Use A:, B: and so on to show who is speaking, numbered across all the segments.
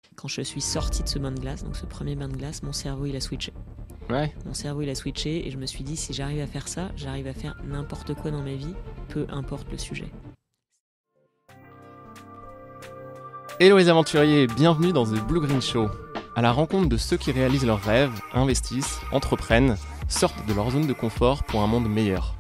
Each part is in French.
A: Quand je suis sortie de ce bain de glace, donc ce premier bain de glace, mon cerveau il a switché.
B: Ouais.
A: Mon cerveau il a switché et je me suis dit si j'arrive à faire ça, j'arrive à faire n'importe quoi dans ma vie, peu importe le sujet.
B: Hello les aventuriers, bienvenue dans The Blue Green Show. À la rencontre de ceux qui réalisent leurs rêves, investissent, entreprennent, sortent de leur zone de confort pour un monde meilleur.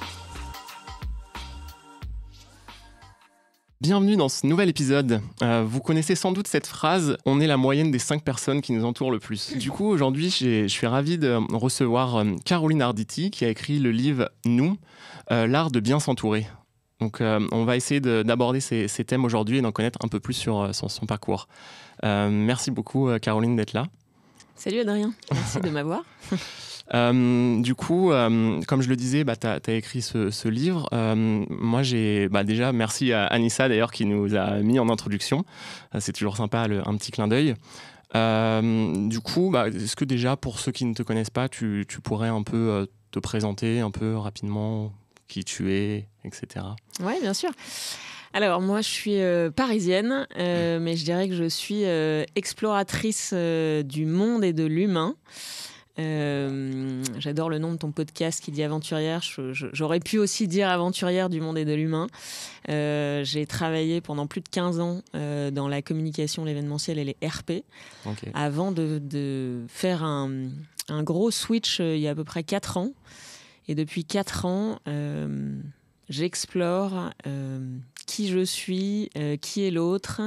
B: Bienvenue dans ce nouvel épisode. Vous connaissez sans doute cette phrase « On est la moyenne des 5 personnes qui nous entourent le plus ». Du coup, aujourd'hui, je suis ravi de recevoir Caroline Arditi qui a écrit le livre « Nous, l'art de bien s'entourer ». Donc, on va essayer d'aborder ces thèmes aujourd'hui et d'en connaître un peu plus sur son parcours. Merci beaucoup, Caroline, d'être là.
A: Salut Adrien, merci de m'avoir.
B: Du coup, comme je le disais, tu as écrit ce livre. Moi, déjà, merci à Anissa, d'ailleurs, qui nous a mis en introduction. C'est toujours sympa, un petit clin d'œil. Du coup, est-ce que déjà, pour ceux qui ne te connaissent pas, tu pourrais un peu te présenter un peu rapidement qui tu es, etc.
A: Oui, bien sûr. Alors, moi, je suis parisienne, mais je dirais que je suis exploratrice du monde et de l'humain. J'adore le nom de ton podcast qui dit aventurière. J'aurais pu aussi dire aventurière du monde et de l'humain. J'ai travaillé pendant plus de 15 ans dans la communication, l'événementiel et les RP, avant de faire un gros switch il y a à peu près 4 ans. Et depuis 4 ans, j'explore qui je suis, qui est l'autre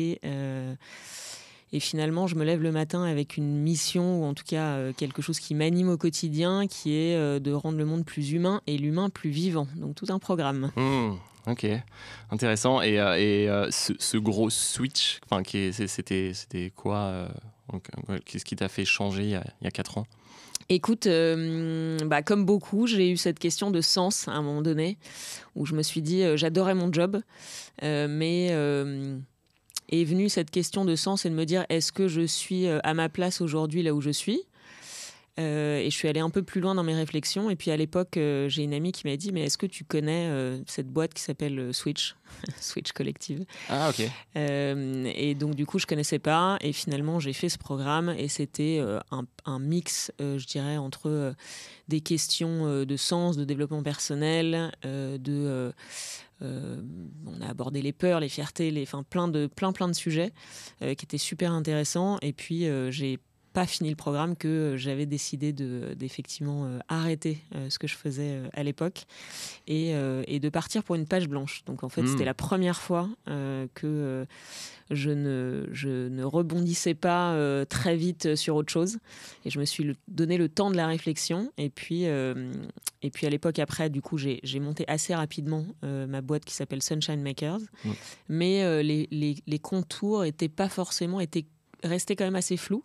A: et finalement, je me lève le matin avec une mission, ou en tout cas quelque chose qui m'anime au quotidien, qui est de rendre le monde plus humain et l'humain plus vivant. Donc tout un programme.
B: Ok, intéressant. Et ce gros switch, c'était quoi qu'est-ce qui t'a fait changer il y a 4 ans ?
A: Écoute, comme beaucoup, j'ai eu cette question de sens à un moment donné, où je me suis dit, j'adorais mon job, mais est venue cette question de sens et de me dire, est-ce que je suis à ma place aujourd'hui là où je suis ? Et je suis allée un peu plus loin dans mes réflexions. Et puis à l'époque, j'ai une amie qui m'a dit, mais est-ce que tu connais cette boîte qui s'appelle Switch, Switch Collective ?
B: Ah, ok.
A: Et donc du coup, je connaissais pas. Et finalement, j'ai fait ce programme et c'était un mix, je dirais, entre des questions de sens, de développement personnel, on a abordé les peurs, les fiertés, plein de sujets qui étaient super intéressants. Et puis, j'ai pas fini le programme que j'avais décidé d'effectivement arrêter ce que je faisais à l'époque et de partir pour une page blanche. Donc en fait, c'était la première fois que je ne rebondissais pas très vite sur autre chose et je me suis donné le temps de la réflexion et puis à l'époque après, du coup, j'ai monté assez rapidement ma boîte qui s'appelle Sunshine Makers, mais les contours étaient restés quand même assez flous.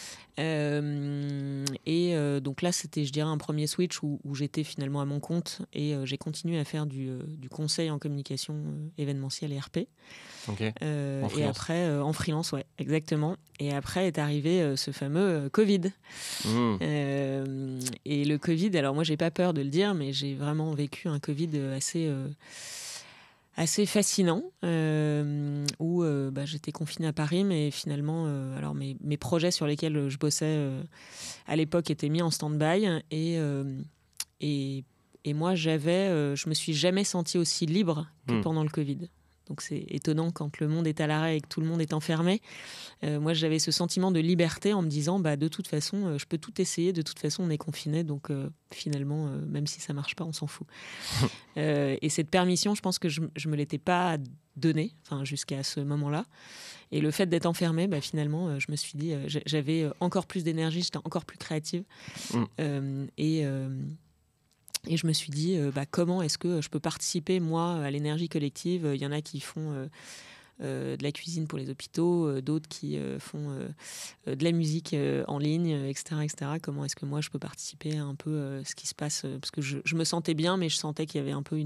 A: Donc là, c'était, je dirais, un premier switch où j'étais finalement à mon compte et j'ai continué à faire du conseil en communication événementielle et RP.
B: Okay.
A: Et après, en freelance, ouais, exactement. Et après est arrivé ce fameux Covid. Et le Covid, alors moi, j'ai pas peur de le dire, mais j'ai vraiment vécu un Covid assez fascinant où j'étais confinée à Paris, mais finalement alors mes projets sur lesquels je bossais à l'époque étaient mis en stand-by et moi je me suis jamais sentie aussi libre que pendant le Covid. Donc c'est étonnant quand le monde est à l'arrêt et que tout le monde est enfermé. Moi, j'avais ce sentiment de liberté en me disant, de toute façon, je peux tout essayer. De toute façon, on est confiné, donc finalement, même si ça marche pas, on s'en fout. Et cette permission, je pense que je me l'étais pas donnée, jusqu'à ce moment-là. Et le fait d'être enfermée, finalement, je me suis dit, j'avais encore plus d'énergie, j'étais encore plus créative. Et je me suis dit, comment est-ce que je peux participer, moi, à l'énergie collective ? Il y en a qui font de la cuisine pour les hôpitaux, d'autres qui font de la musique en ligne, etc., etc. Comment est-ce que moi, je peux participer à un peu ce qui se passe ? Parce que je me sentais bien, mais je sentais qu'il y avait un peu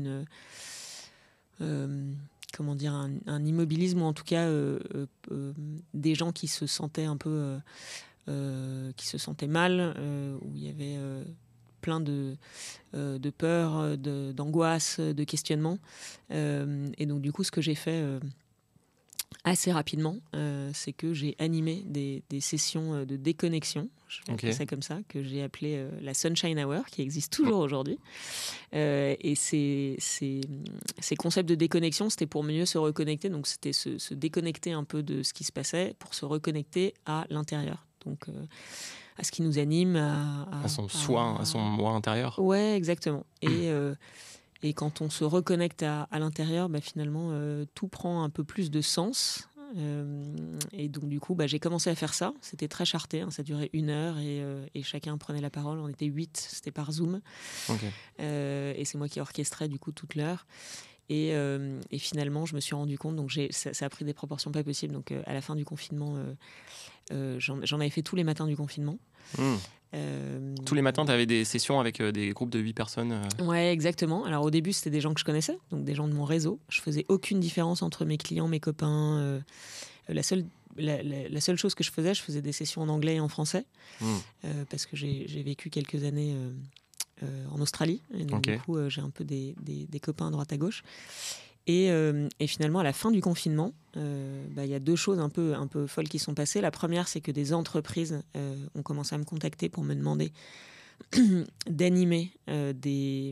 A: un immobilisme, ou en tout cas des gens qui se sentaient un peu... qui se sentaient mal, où il y avait... plein de peur, d'angoisse, de questionnement. Et donc, du coup, ce que j'ai fait assez rapidement, c'est que j'ai animé des sessions de déconnexion, je vais appeler ça comme ça, que j'ai appelé la Sunshine Hour, qui existe toujours aujourd'hui. Et ces concepts de déconnexion, c'était pour mieux se reconnecter, donc c'était se déconnecter un peu de ce qui se passait pour se reconnecter à l'intérieur. Donc à ce qui nous anime,
B: à son soi, à son moi intérieur.
A: Ouais, exactement. Et quand on se reconnecte à l'intérieur, finalement, tout prend un peu plus de sens. Et donc, du coup, j'ai commencé à faire ça. C'était très charté. Ça durait 1 heure et chacun prenait la parole. On était 8, c'était par Zoom. Et c'est moi qui orchestrais, du coup, toute l'heure. Et finalement, je me suis rendu compte, donc ça a pris des proportions pas possibles. Donc, à la fin du confinement, j'en avais fait tous les matins du confinement.
B: Tous les matins, tu avais des sessions avec des groupes de 8 personnes
A: Ouais, exactement. Alors au début, c'était des gens que je connaissais, donc des gens de mon réseau. Je faisais aucune différence entre mes clients, mes copains. La seule chose que je faisais des sessions en anglais et en français, parce que j'ai vécu quelques années en Australie. Et donc du coup, j'ai un peu des copains à droite à gauche. Et finalement, à la fin du confinement, y a 2 choses un peu folles qui sont passées. La première, c'est que des entreprises ont commencé à me contacter pour me demander d'animer des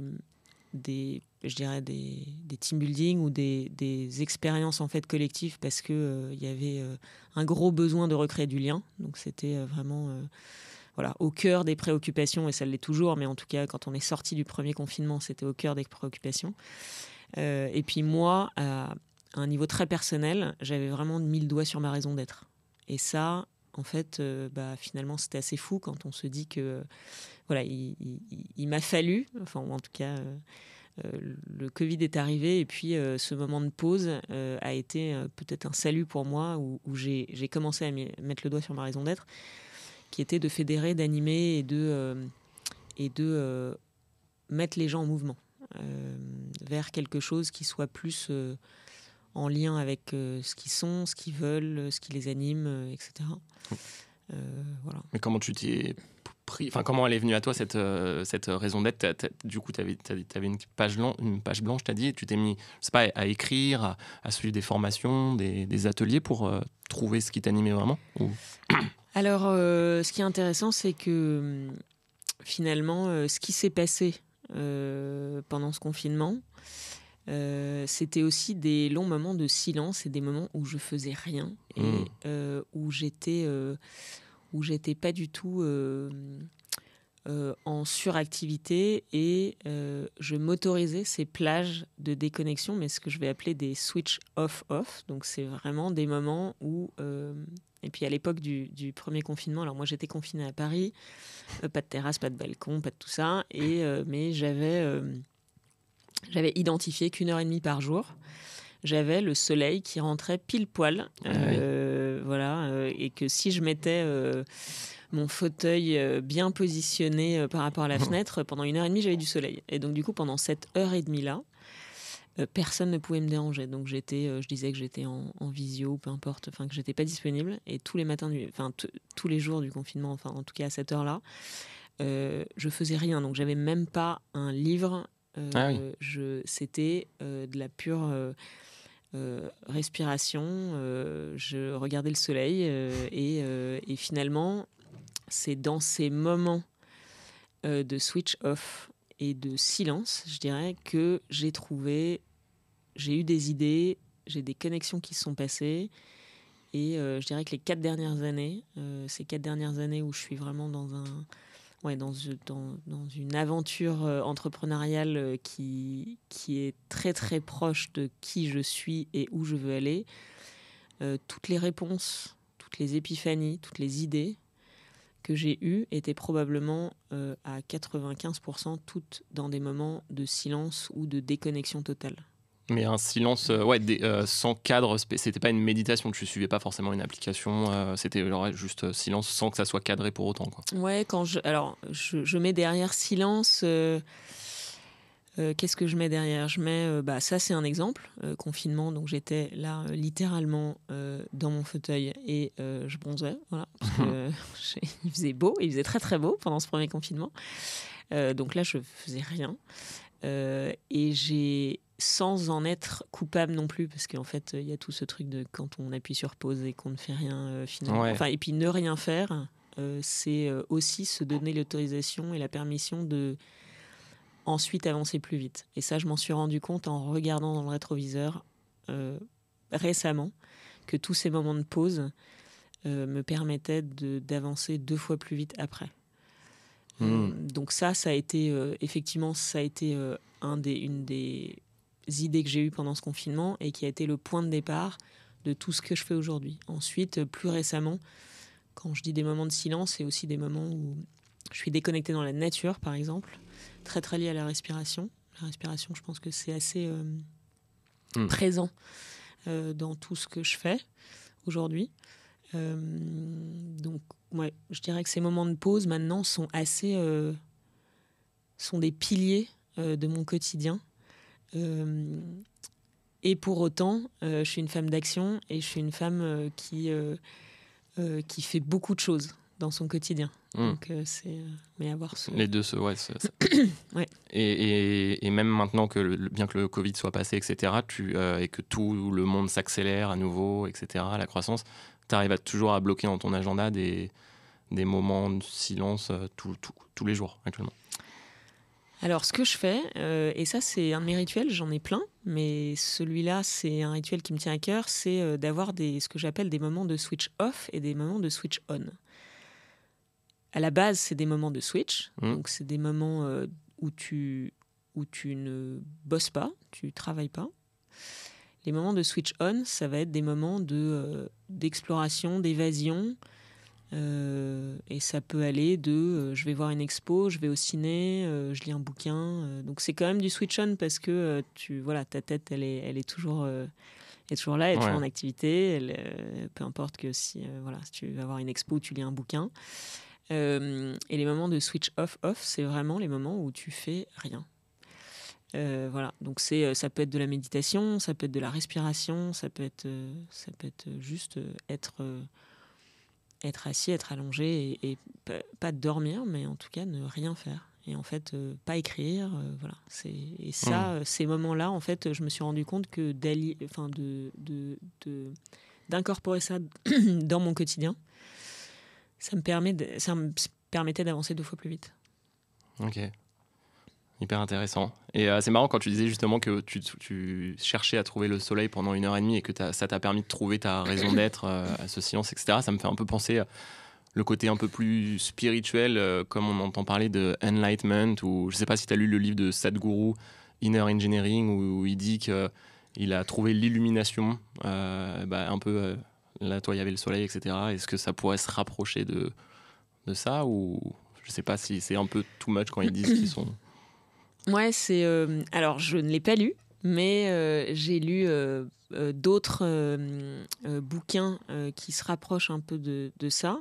A: team building ou des expériences en fait collectives, parce que il y avait un gros besoin de recréer du lien. Donc c'était vraiment au cœur des préoccupations, et ça l'est toujours, mais en tout cas quand on est sorti du premier confinement, c'était au cœur des préoccupations. Et puis moi, à un niveau très personnel, j'avais vraiment mis le doigt sur ma raison d'être. Et ça, en fait, finalement, c'était assez fou quand on se dit que il m'a fallu, ou en tout cas, le Covid est arrivé, et puis ce moment de pause a été peut-être un salut pour moi, où j'ai commencé à mettre le doigt sur ma raison d'être, qui était de fédérer, d'animer et de mettre les gens en mouvement. Vers quelque chose qui soit plus en lien avec ce qu'ils sont, ce qu'ils veulent, ce qui les anime, etc. Voilà.
B: Mais comment tu t'y pris, comment elle est venue à toi cette raison d'être? Du coup, tu avais une page blanche, tu as dit, et tu t'es mis, je sais pas, à écrire, à suivre des formations, des ateliers pour trouver ce qui t'animait vraiment ou...
A: Alors, ce qui est intéressant, c'est que finalement, ce qui s'est passé pendant ce confinement, c'était aussi des longs moments de silence et des moments où je faisais rien et où j'étais pas du tout en suractivité, et je m'autorisais ces plages de déconnexion, mais ce que je vais appeler des switch off. Donc c'est vraiment des moments où et puis à l'époque du premier confinement, alors moi j'étais confinée à Paris, pas de terrasse, pas de balcon, pas de tout ça, mais j'avais identifié qu'1 heure et demie par jour, j'avais le soleil qui rentrait pile poil, et que si je mettais mon fauteuil bien positionné par rapport à la fenêtre, pendant 1 heure et demie, j'avais du soleil. Et donc du coup, pendant cette 1 heure et demie-là, personne ne pouvait me déranger. Donc je disais que j'étais en visio, peu importe, que j'étais pas disponible. Et tous les matins, tous les jours du confinement, en tout cas à cette heure-là, je faisais rien. Donc j'avais même pas un livre. C'était de la pure respiration. Je regardais le soleil et finalement, c'est dans ces moments de switch off et de silence, je dirais, que j'ai eu des idées, j'ai des connexions qui se sont passées, et je dirais que les 4 dernières années, ces 4 dernières années où je suis vraiment dans une aventure entrepreneuriale qui est très très proche de qui je suis et où je veux aller, toutes les réponses, toutes les épiphanies, toutes les idées que j'ai eues étaient probablement à 95% toutes dans des moments de silence ou de déconnexion totale.
B: Mais un silence sans cadre, c'était pas une méditation, tu suivais pas forcément une application, c'était juste silence sans que ça soit cadré pour autant, quoi.
A: Ouais, je mets derrière silence, qu'est-ce que je mets derrière? Je mets, ça c'est un exemple, confinement, donc j'étais là littéralement dans mon fauteuil et je bronzais, voilà, parce que il faisait beau, il faisait très très beau pendant ce premier confinement, donc là je faisais rien, et sans en être coupable non plus, parce qu'en fait, il y a tout ce truc de quand on appuie sur pause et qu'on ne fait rien finalement.
B: Ouais.
A: Enfin, et puis ne rien faire, c'est aussi se donner l'autorisation et la permission de ensuite avancer plus vite. Et ça, je m'en suis rendu compte en regardant dans le rétroviseur récemment, que tous ces moments de pause me permettaient d'avancer 2 fois plus vite après. Donc ça a été effectivement, ça a été une des idées que j'ai eues pendant ce confinement et qui a été le point de départ de tout ce que je fais aujourd'hui. Ensuite, plus récemment, quand je dis des moments de silence, c'est aussi des moments où je suis déconnectée dans la nature, par exemple, très très lié à la respiration. La respiration, je pense que c'est assez présent dans tout ce que je fais aujourd'hui. Donc, ouais, je dirais que ces moments de pause maintenant sont sont des piliers de mon quotidien. Et pour autant, je suis une femme d'action et je suis une femme qui fait beaucoup de choses dans son quotidien. Donc, mais avoir
B: les deux,
A: ouais.
B: Et même maintenant que bien que le Covid soit passé, etc., et que tout le monde s'accélère à nouveau, etc., la croissance, tu arrives toujours à bloquer dans ton agenda des moments de silence tous les jours actuellement.
A: Alors, ce que je fais, et ça, c'est un de mes rituels, j'en ai plein, mais celui-là, c'est un rituel qui me tient à cœur, c'est d'avoir ce que j'appelle des moments de switch off et des moments de switch on. À la base, c'est des moments de switch, donc c'est des moments où tu ne bosses pas, tu travailles pas. Les moments de switch on, ça va être des moments d'exploration, d'évasion. Et ça peut aller je vais voir une expo, je vais au ciné, je lis un bouquin. Donc c'est quand même du switch on parce que ta tête, elle est toujours là, elle est toujours en activité. Peu importe que si tu vas voir une expo, tu lis un bouquin. Et les moments de switch off, c'est vraiment les moments où tu fais rien. Donc ça peut être de la méditation, ça peut être de la respiration, ça peut être juste être assis, être allongé et pas dormir, mais en tout cas ne rien faire. Et en fait, pas écrire, voilà. Et ça, ces moments-là, en fait, je me suis rendu compte que d'incorporer ça dans mon quotidien, ça me permettait d'avancer 2 fois plus vite.
B: Ok. Hyper intéressant. Et c'est marrant quand tu disais justement que tu cherchais à trouver le soleil pendant 1h30 et que ça t'a permis de trouver ta raison d'être à ce silence, etc. Ça me fait un peu penser à le côté un peu plus spirituel, comme on entend parler de enlightenment, ou je sais pas si tu as lu le livre de Sadhguru, Inner Engineering, où il dit qu'il a trouvé l'illumination, un peu, là toi il y avait le soleil, etc. Est-ce que ça pourrait se rapprocher de ça, ou je sais pas si c'est un peu too much quand ils disent qu'ils sont...
A: Ouais, alors, je ne l'ai pas lu, mais j'ai lu d'autres bouquins qui se rapprochent un peu de ça.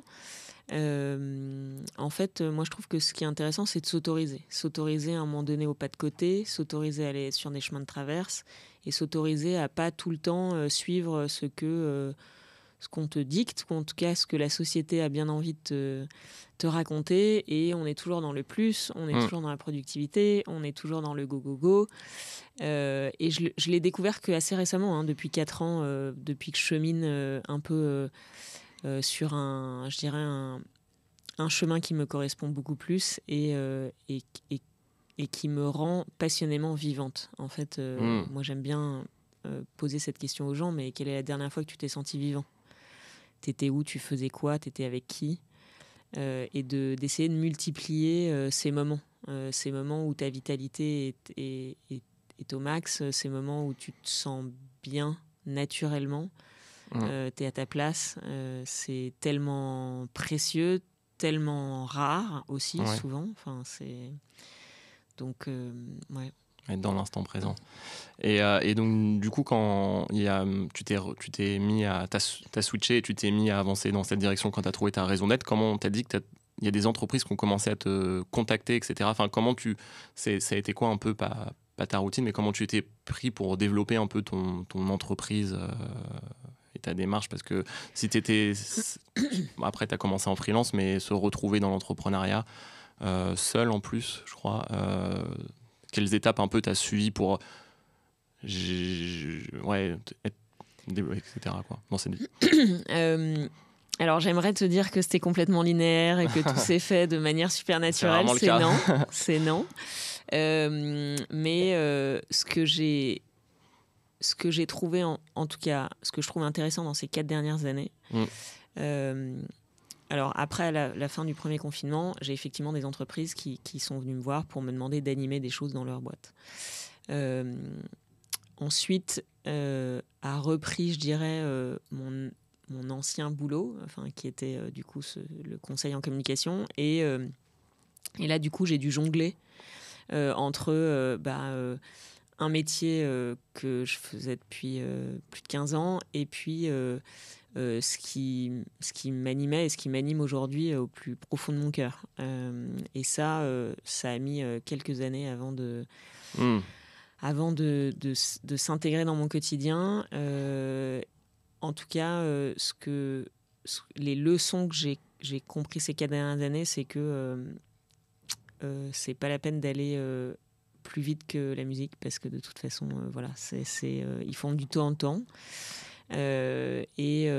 A: En fait, moi, je trouve que ce qui est intéressant, c'est de s'autoriser. S'autoriser à un moment donné au pas de côté, s'autoriser à aller sur des chemins de traverse et s'autoriser à pas tout le temps suivre ce qu'on te dicte, ou en tout cas ce que la société a bien envie de te raconter. Et on est toujours dans le plus, on est toujours dans la productivité, on est toujours dans le go. Et je l'ai découvert que assez récemment, depuis 4 ans, depuis que je chemine un peu sur je dirais un chemin qui me correspond beaucoup plus et qui me rend passionnément vivante. En fait, moi j'aime bien poser cette question aux gens, mais quelle est la dernière fois que tu t'es senti vivant ? T'étais où ? Tu faisais quoi ? T'étais avec qui ? Et d'essayer de multiplier ces moments où ta vitalité est au max, ces moments où tu te sens bien naturellement, t'es à ta place. C'est tellement précieux, tellement rare aussi, souvent. Enfin, donc, ouais.
B: Être dans l'instant présent. Et donc, du coup, quand tu t'es mis t'as switché et tu t'es mis à avancer dans cette direction quand tu as trouvé ta raison d'être, comment t'as dit qu'il y a des entreprises qui ont commencé à te contacter, etc. Enfin, ça a été quoi un peu, pas ta routine, mais comment tu étais pris pour développer un peu ton entreprise et ta démarche? Parce que si t'étais... Après, tu as commencé en freelance, mais se retrouver dans l'entrepreneuriat seul en plus, je crois... quelles étapes un peu tu as suivies pour etc. quoi, dans cette vie.
A: Alors j'aimerais te dire que c'était complètement linéaire et que tout s'est fait de manière super naturelle. C'est non, c'est non. Mais ce que j'ai trouvé, en tout cas, ce que je trouve intéressant dans ces 4 dernières années. Alors après la fin du premier confinement, j'ai effectivement des entreprises qui sont venues me voir pour me demander d'animer des choses dans leur boîte. Ensuite, a repris, je dirais, mon ancien boulot, qui était du coup le conseil en communication. Et là, du coup, j'ai dû jongler entre un métier que je faisais depuis plus de 15 ans et puis ce qui m'animait et ce qui m'anime aujourd'hui au plus profond de mon cœur. Et ça a mis quelques années avant de s'intégrer dans mon quotidien. En tout cas, les leçons que j'ai compris ces 4 dernières années, c'est que c'est pas la peine d'aller plus vite que la musique, parce que de toute façon, ils font du temps en temps. Et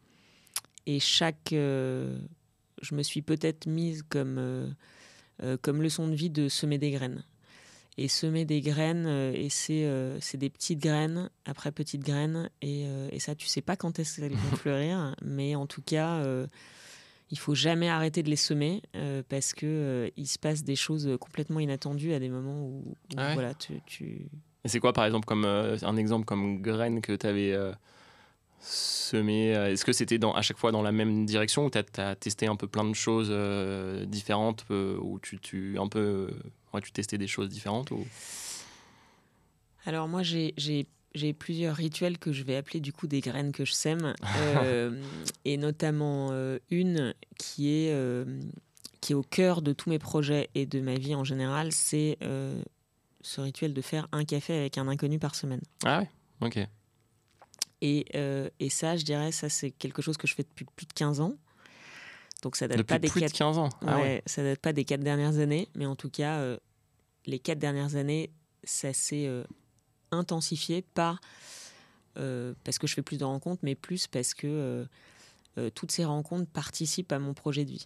A: je me suis peut-être mise comme leçon de vie de semer des graines. Et semer des graines, et c'est des petites graines après petites graines, et ça, tu sais pas quand est-ce qu'elles vont fleurir, mais en tout cas, il faut jamais arrêter de les semer, parce que il se passe des choses complètement inattendues à des moments où voilà, tu...
B: Et c'est quoi, par exemple, comme un exemple comme graine que tu avais semé? Est-ce que c'était à chaque fois dans la même direction, ou tu as testé un peu plein de choses différentes, ou tu testais des choses différentes ou...
A: Alors moi, j'ai plusieurs rituels que je vais appeler du coup des graines que je sème, et notamment une qui est au cœur de tous mes projets et de ma vie en général, c'est ce rituel de faire un café avec un inconnu par semaine.
B: Ah ouais, ok.
A: Et ça, je dirais, ça c'est quelque chose que je fais depuis plus de 15 ans. Donc ça date
B: depuis
A: pas des
B: plus de 15 ans.
A: Ouais, ça date pas des 4 dernières années, mais en tout cas, les 4 dernières années, ça s'est intensifié, pas parce que je fais plus de rencontres, mais plus parce que toutes ces rencontres participent à mon projet de vie.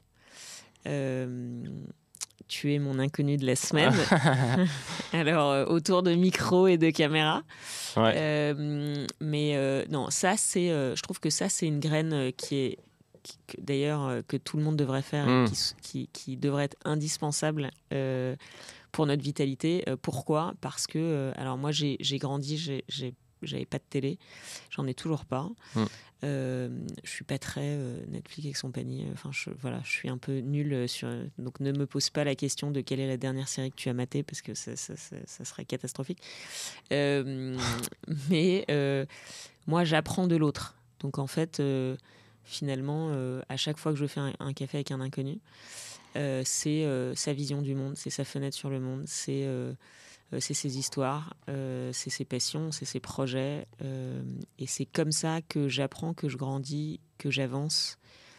A: Tu es mon inconnu de la semaine. Alors, autour de micro et de caméra.
B: Ouais.
A: Mais non, ça, je trouve que ça, c'est une graine d'ailleurs, que tout le monde devrait faire, et qui devrait être indispensable pour notre vitalité. Pourquoi ? Parce que, alors moi, j'ai grandi, j'avais pas de télé, j'en ai toujours pas. Je suis pas très Netflix et compagnie. Enfin, je suis un peu nulle donc ne me pose pas la question de quelle est la dernière série que tu as matée, parce que ça serait catastrophique. Mais moi, j'apprends de l'autre. Donc en fait, finalement, à chaque fois que je fais un café avec un inconnu, c'est sa vision du monde, c'est sa fenêtre sur le monde, c'est ses histoires, c'est ses passions, c'est ses projets. Et c'est comme ça que j'apprends, que je grandis, que j'avance.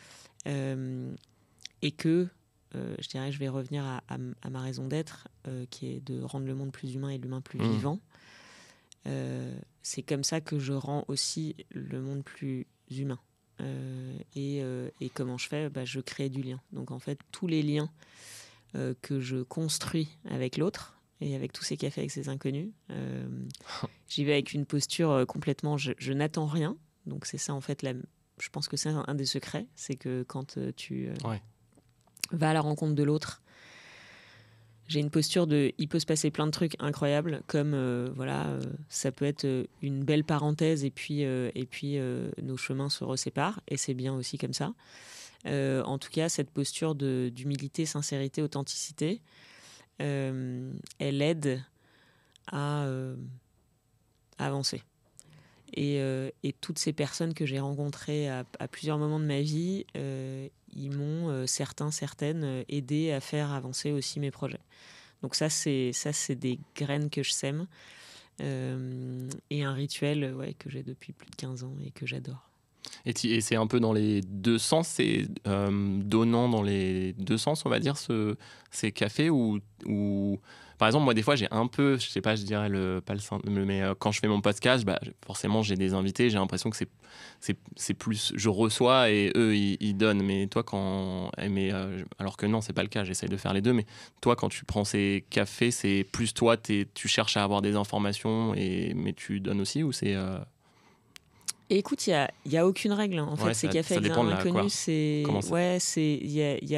A: Et que, je dirais, je vais revenir à ma raison d'être, qui est de rendre le monde plus humain et l'humain plus vivant. C'est comme ça que je rends aussi le monde plus humain. Et comment je fais ? Je crée du lien. Donc en fait, tous les liens que je construis avec l'autre, et avec tous ces cafés avec ces inconnus, j'y vais avec une posture complètement... Je n'attends rien. Donc c'est ça, en fait, je pense que c'est un des secrets. C'est que quand tu vas à la rencontre de l'autre, j'ai une posture de... Il peut se passer plein de trucs incroyables, comme ça peut être une belle parenthèse, et puis nos chemins se reséparent, et c'est bien aussi comme ça. En tout cas, cette posture d'humilité, sincérité, authenticité, elle aide à avancer. Et toutes ces personnes que j'ai rencontrées à plusieurs moments de ma vie, ils m'ont, certaines, aidé à faire avancer aussi mes projets. Donc ça, c'est des graines que je sème, et un rituel que j'ai depuis plus de 15 ans et que j'adore.
B: Et c'est un peu dans les deux sens, c'est donnant dans les deux sens, on va dire, ces cafés, ou par exemple, moi, des fois, j'ai un peu, je sais pas, je dirais pas le mais quand je fais mon podcast, forcément, j'ai des invités, j'ai l'impression que c'est plus, je reçois et eux, ils donnent. Mais toi, alors que non, c'est pas le cas, j'essaye de faire les deux. Mais toi, quand tu prends ces cafés, c'est plus toi, tu cherches à avoir des informations, mais tu donnes aussi, ou c'est...
A: Et écoute, il y a aucune règle, hein. En fait, ces cafés avec un inconnu, c'est... Ouais, il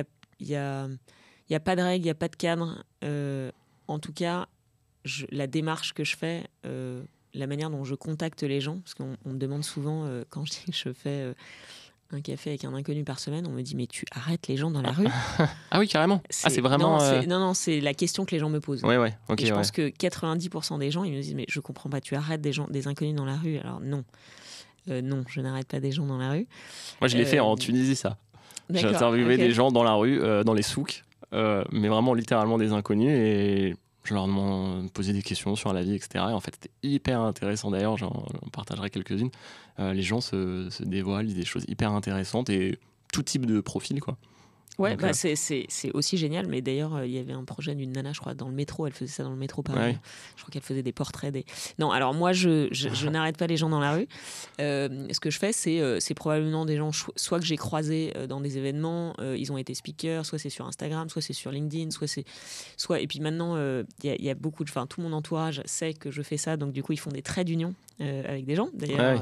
A: y a pas de règle, il y a pas de cadre. En tout cas, la démarche que je fais, la manière dont je contacte les gens, parce qu'on me demande souvent, quand je dis que je fais un café avec un inconnu par semaine, on me dit mais tu arrêtes les gens dans la rue?
B: Ah oui, carrément. C'est vraiment...
A: Non, c'est la question que les gens me posent.
B: Ouais, ok.
A: Et je pense que 90% des gens, ils me disent mais je comprends pas, tu arrêtes des inconnus dans la rue? Alors non. Non, je n'arrête pas des gens dans la rue.
B: Moi, je l'ai fait en Tunisie, ça. J'ai interviewé des gens dans la rue, dans les souks, mais vraiment littéralement des inconnus, et je leur posais des questions sur la vie, etc. Et en fait, c'était hyper intéressant. D'ailleurs, j'en partagerai quelques-unes. Les gens se dévoilent, disent des choses hyper intéressantes, et tout type de profil, quoi.
A: Ouais, donc, c'est aussi génial. Mais d'ailleurs, il y avait un projet d'une nana, je crois, dans le métro. Elle faisait ça dans le métro parisien. Ouais. Je crois qu'elle faisait des portraits. Non, alors moi, je n'arrête pas les gens dans la rue. Ce que je fais, c'est probablement des gens, soit que j'ai croisés dans des événements, ils ont été speakers, soit c'est sur Instagram, soit c'est sur LinkedIn, et puis maintenant, il y a beaucoup de... Enfin, tout mon entourage sait que je fais ça. Donc, du coup, ils font des traits d'union avec des gens. D'ailleurs,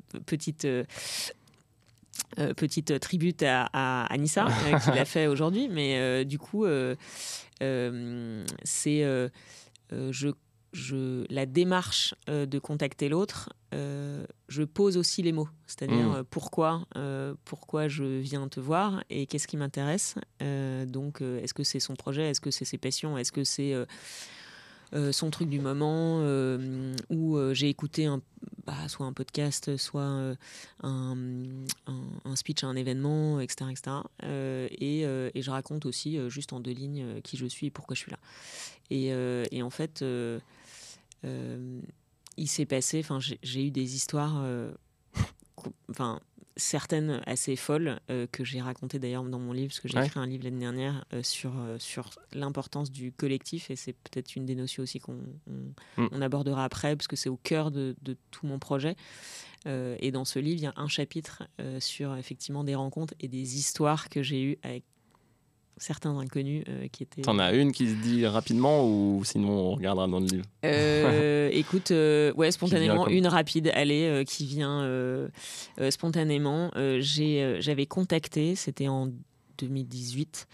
A: petite tribute à Anissa qui l'a fait aujourd'hui, mais du coup c'est la démarche de contacter l'autre, je pose aussi les mots, c'est-à-dire pourquoi je viens te voir et qu'est-ce qui m'intéresse, donc est-ce que c'est son projet, est-ce que c'est ses passions, est-ce que c'est son truc du moment, où j'ai écouté soit un podcast, soit un speech à un événement, etc. Et je raconte aussi juste en 2 lignes qui je suis et pourquoi je suis là. Et en fait, il s'est passé, j'ai eu des histoires, certaines assez folles, que j'ai racontées d'ailleurs dans mon livre, parce que j'ai écrit un livre l'année dernière sur l'importance du collectif, et c'est peut-être une des notions aussi qu'on abordera après, parce que c'est au cœur de tout mon projet. Et dans ce livre, il y a un chapitre sur effectivement des rencontres et des histoires que j'ai eues avec certains inconnus qui étaient...
B: T'en as une qui se dit rapidement, ou sinon on regardera dans le livre?
A: Écoute, spontanément, une rapide, allez, qui vient spontanément. J'avais contacté, c'était en 2018,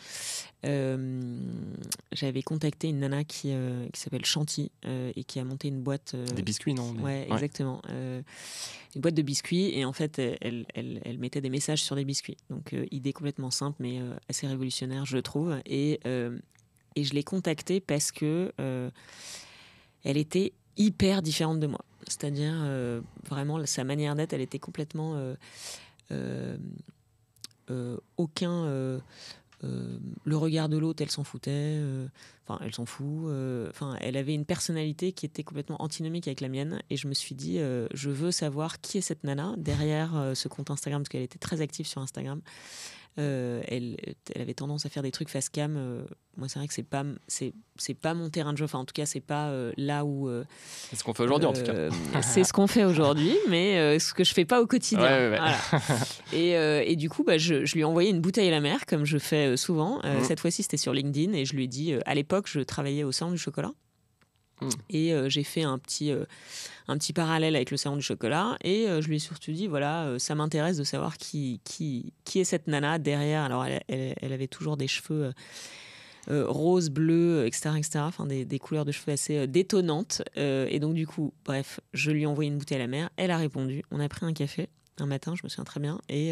A: j'avais contacté une nana qui s'appelle Chanty et qui a monté une boîte...
B: Des biscuits, non?
A: Ouais, exactement. Une boîte de biscuits, et en fait, elle mettait des messages sur des biscuits. Donc, idée complètement simple, mais assez révolutionnaire, je trouve. Et je l'ai contactée parce que elle était hyper différente de moi. C'est-à-dire, vraiment, sa manière d'être, elle était complètement... le regard de l'autre, elle s'en foutait. Elle s'en fout. Elle avait une personnalité qui était complètement antinomique avec la mienne. Et je me suis dit, je veux savoir qui est cette nana derrière ce compte Instagram, parce qu'elle était très active sur Instagram. Elle avait tendance à faire des trucs face cam. Moi, c'est vrai que c'est pas mon terrain de jeu. Enfin, en tout cas, c'est pas là où...
B: c'est ce qu'on fait aujourd'hui, en tout cas.
A: C'est ce qu'on fait aujourd'hui, mais ce que je fais pas au quotidien.
B: Ouais.
A: Voilà. Et du coup, je lui ai envoyé une bouteille à la mer, comme je fais souvent. Cette fois-ci, c'était sur LinkedIn, et je lui ai dit... à l'époque, je travaillais au Salon du Chocolat. Et j'ai fait un petit parallèle avec le Salon du Chocolat, et je lui ai surtout dit, voilà, ça m'intéresse de savoir qui est cette nana derrière. Alors elle avait toujours des cheveux roses, bleus, etc. Enfin, des couleurs de cheveux assez détonnantes, et donc du coup, bref, je lui ai envoyé une bouteille à la mer, elle a répondu, on a pris un café un matin, je me souviens très bien, et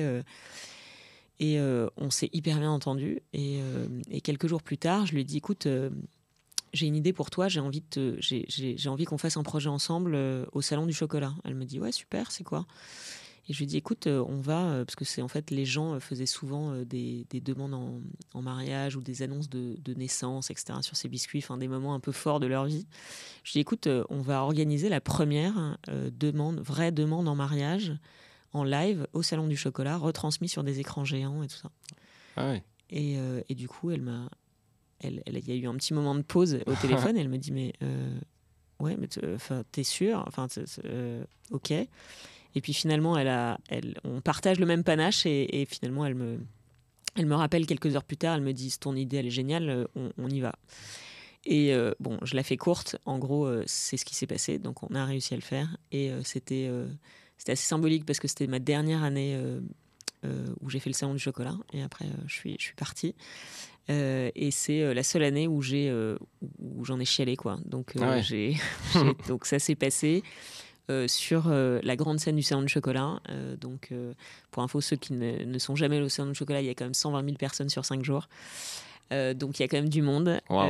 A: on s'est hyper bien entendu, et quelques jours plus tard, je lui ai dit, écoute, j'ai une idée pour toi, j'ai envie qu'on fasse un projet ensemble au Salon du Chocolat. Elle me dit, ouais, super, c'est quoi? Et je lui dis, écoute, on va... parce que c'est en fait, les gens faisaient souvent des demandes en mariage, ou des annonces de naissance, etc., sur ces biscuits, des moments un peu forts de leur vie. Je lui dis, écoute, on va organiser la première vraie demande en mariage, en live, au Salon du Chocolat, retransmis sur des écrans géants et tout ça.
B: Ah ouais.
A: Et du coup, elle m'a y a eu un petit moment de pause au téléphone. Et elle me dit mais ouais, mais t'es sûre? Enfin, ok. Et puis finalement, on partage le même panache et finalement, elle me rappelle quelques heures plus tard. Elle me dit ton idée, elle est géniale, on y va. Et bon, je la fais courte. En gros, c'est ce qui s'est passé. Donc, on a réussi à le faire. Et c'était assez symbolique parce que c'était ma dernière année où j'ai fait le salon du chocolat. Et après, je suis partie. Et c'est la seule année où j'en ai chialé, quoi. Donc, donc ça s'est passé sur la grande scène du salon du chocolat. Donc, pour info, ceux qui ne sont jamais allés au salon du chocolat, il y a quand même 120 000 personnes sur 5 jours. Donc il y a quand même du monde.
B: Wow.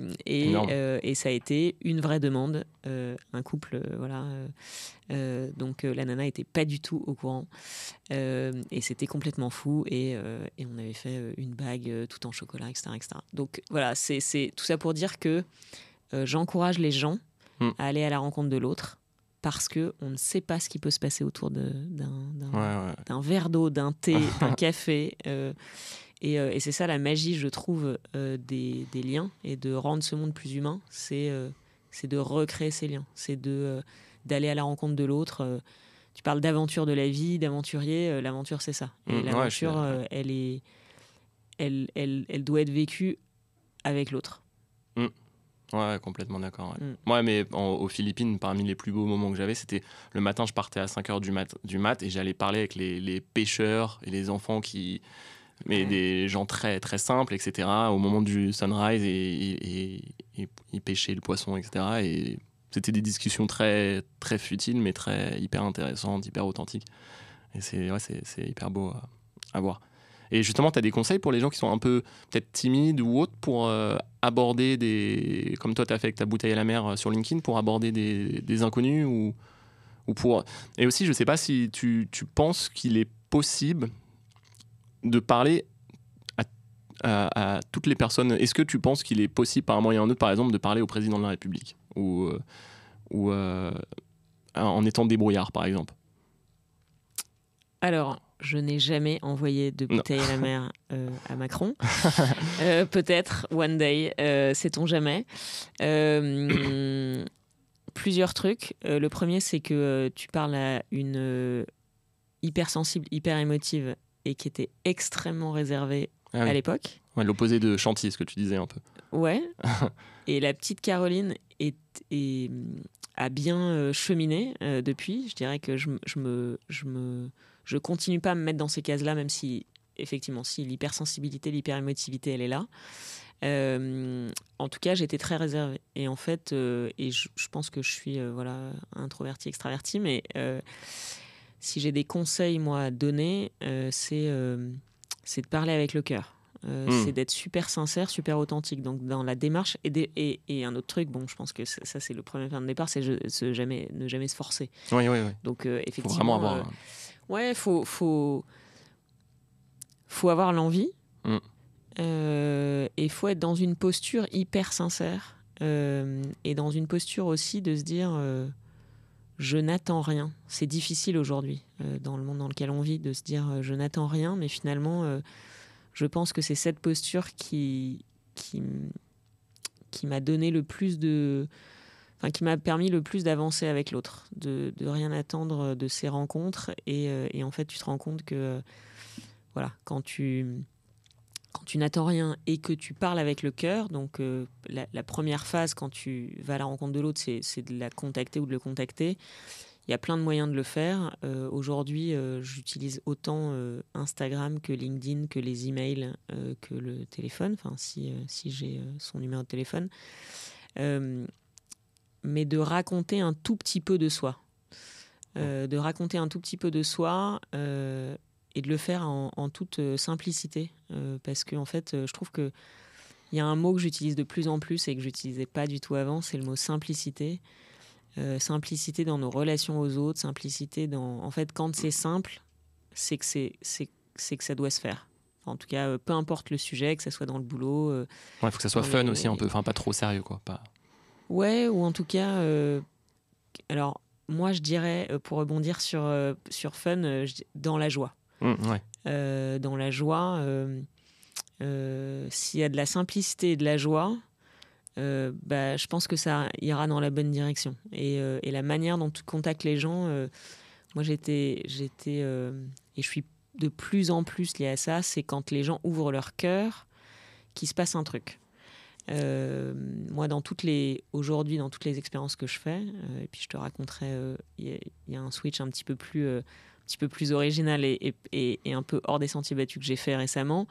A: Et ça a été une vraie demande. Un couple, voilà. Donc la nana n'était pas du tout au courant. Et c'était complètement fou. Et on avait fait une bague tout en chocolat, etc., etc. Donc voilà, c'est tout ça pour dire que j'encourage les gens à aller à la rencontre de l'autre. Parce qu'on ne sait pas ce qui peut se passer autour d'un verre d'eau, d'un thé, d'un café. Et c'est ça la magie, je trouve, des liens et de rendre ce monde plus humain. C'est de recréer ces liens. C'est d'aller à la rencontre de l'autre. Tu parles d'aventure de la vie, d'aventurier. L'aventure, c'est ça. Et l'aventure, elle doit être vécue avec l'autre.
B: Ouais, complètement d'accord. Ouais, mais aux Philippines, parmi les plus beaux moments que j'avais, c'était le matin, je partais à 5h du mat et j'allais parler avec les pêcheurs et les enfants mais des gens très, très simples, etc. Au moment du sunrise, et ils pêchaient le poisson, etc. Et c'était des discussions très, très futiles, mais hyper intéressantes, hyper authentiques. Et c'est hyper beau à voir. Et justement, tu as des conseils pour les gens qui sont un peu peut-être timides ou autres pour aborder comme toi tu as fait avec ta bouteille à la mer sur LinkedIn, pour aborder des inconnus ou pour... Et aussi, je ne sais pas si tu penses qu'il est possible de parler à toutes les personnes. Est-ce que tu penses qu'il est possible par un moyen ou un autre, par exemple, de parler au président de la République ou en étant débrouillard, par exemple?
A: Alors, je n'ai jamais envoyé de bouteille à la mer à Macron. Peut-être, one day, sait-on jamais. Plusieurs trucs. Le premier, c'est que tu parles à une hypersensible, hyper émotive et qui était extrêmement réservée à l'époque.
B: Ouais, l'opposé de Chanty, ce que tu disais un peu.
A: Ouais. Et la petite Caroline a bien cheminé depuis. Je dirais que je continue pas à me mettre dans ces cases-là, même si, effectivement, si l'hypersensibilité, l'hyperémotivité, elle est là. En tout cas, j'étais très réservée. Et en fait, je pense que je suis introvertie, extravertie, mais si j'ai des conseils, moi, à donner, c'est de parler avec le cœur. C'est d'être super sincère, super authentique. Donc, dans la démarche. Et un autre truc, bon, je pense que ça, c'est le premier point de départ, c'est ne jamais se forcer.
B: Oui.
A: Donc, effectivement.
B: Faut vraiment avoir...
A: Ouais, faut avoir l'envie. Et faut être dans une posture hyper sincère. Et dans une posture aussi de se dire... je n'attends rien. C'est difficile aujourd'hui, dans le monde dans lequel on vit, de se dire je n'attends rien, mais finalement, je pense que c'est cette posture qui m'a donné le plus qui m'a permis le plus d'avancer avec l'autre, de rien attendre de ces rencontres. Et en fait, tu te rends compte que voilà, quand tu n'attends rien et que tu parles avec le cœur, donc la première phase quand tu vas à la rencontre de l'autre, c'est de la contacter ou de le contacter. Il y a plein de moyens de le faire. Aujourd'hui, j'utilise autant Instagram que LinkedIn, que les emails, que le téléphone, enfin si j'ai son numéro de téléphone. Mais de raconter un tout petit peu de soi. De raconter un tout petit peu de soi... et de le faire en toute simplicité. Parce que, en fait, je trouve qu'il y a un mot que j'utilise de plus en plus et que je n'utilisais pas du tout avant, c'est le mot simplicité. Simplicité dans nos relations aux autres, simplicité dans... En fait, quand c'est simple, c'est que ça doit se faire. Enfin, en tout cas, peu importe le sujet, que ça soit dans le boulot...
B: faut que ça soit fun aussi un peu, enfin pas trop sérieux, quoi. Pas...
A: Ouais, ou en tout cas... alors, moi, je dirais, pour rebondir sur fun, dans la joie.
B: Ouais.
A: Dans la joie, s'il y a de la simplicité et de la joie, je pense que ça ira dans la bonne direction. Et la manière dont tu contactes les gens, moi j'étais et je suis de plus en plus liée à ça, c'est quand les gens ouvrent leur cœur qu'il se passe un truc. Moi, aujourd'hui, dans toutes les expériences que je fais, et puis je te raconterai, il y a un switch un petit peu plus original et un peu hors des sentiers battus que j'ai fait récemment.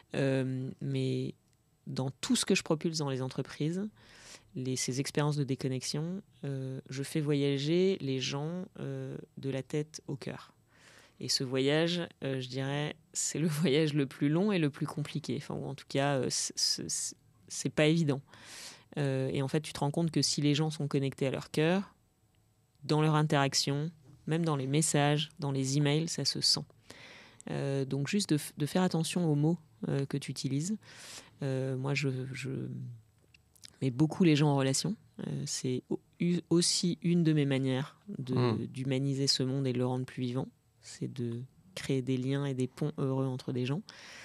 A: Mais dans tout ce que je propulse dans les entreprises, ces expériences de déconnexion, je fais voyager les gens de la tête au cœur. Et ce voyage, je dirais, c'est le voyage le plus long et le plus compliqué. Enfin, ou en tout cas, c'est pas évident. Et en fait, tu te rends compte que si les gens sont connectés à leur cœur, dans leur interaction, même dans les messages, dans les emails, ça se sent. Donc juste de faire attention aux mots que tu utilises. Moi, je mets beaucoup les gens en relation. C'est aussi une de mes manières d'humaniser ce monde et de le rendre plus vivant. C'est de créer des liens et des ponts heureux entre des gens.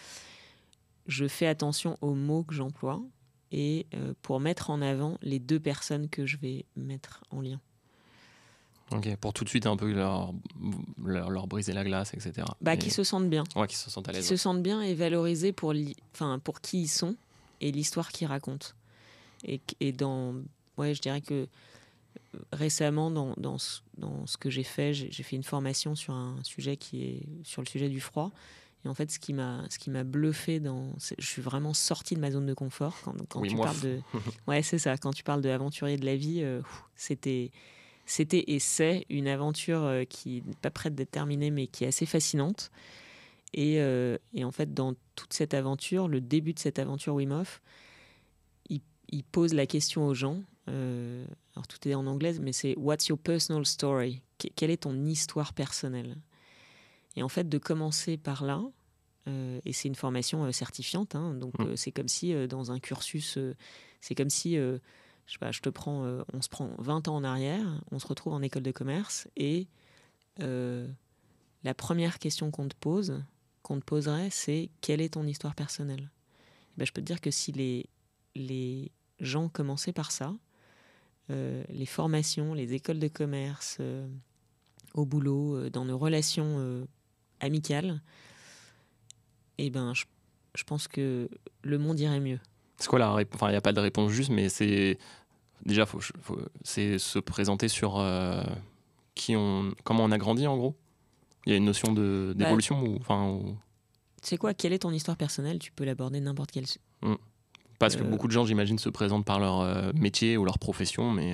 A: Je fais attention aux mots que j'emploie et pour mettre en avant les deux personnes que je vais mettre en lien.
B: Ok, pour tout de suite un peu leur briser la glace, etc.
A: Qu'ils se sentent bien.
B: Ouais, qu'ils se sentent à l'aise.
A: Qu'ils se sentent bien et valorisés pour qui ils sont et l'histoire qu'ils racontent. Et je dirais que récemment, dans ce que j'ai fait une formation sur un sujet sur le sujet du froid. Et en fait, ce qui m'a bluffé, je suis vraiment sortie de ma zone de confort. Quand tu parles de... Ouais, c'est ça. Quand tu parles de aventurier de la vie, c'était et c'est une aventure qui n'est pas prête d'être terminée, mais qui est assez fascinante. Et en fait, dans toute cette aventure, le début de cette aventure Wim Hof, il pose la question aux gens. Alors tout est en anglais, mais c'est What's your personal story? Quelle est ton histoire personnelle? Et en fait, de commencer par là, et c'est une formation certifiante, hein, donc c'est comme si dans un cursus, c'est comme si, je sais pas, on se prend 20 ans en arrière, on se retrouve en école de commerce, et la première question qu'on te poserait, c'est quelle est ton histoire personnelle? Je peux te dire que si les gens commençaient par ça, les formations, les écoles de commerce, au boulot, dans nos relations amicales, je pense que le monde irait mieux.
B: C'est quoi la réponse? Enfin, il n'y a pas de réponse juste, mais c'est déjà c'est se présenter sur comment on a grandi en gros. Il y a une notion d'évolution ou...
A: Tu sais quoi, quelle est ton histoire personnelle? Tu peux l'aborder n'importe quelle.
B: Parce que beaucoup de gens, j'imagine, se présentent par leur métier ou leur profession, mais...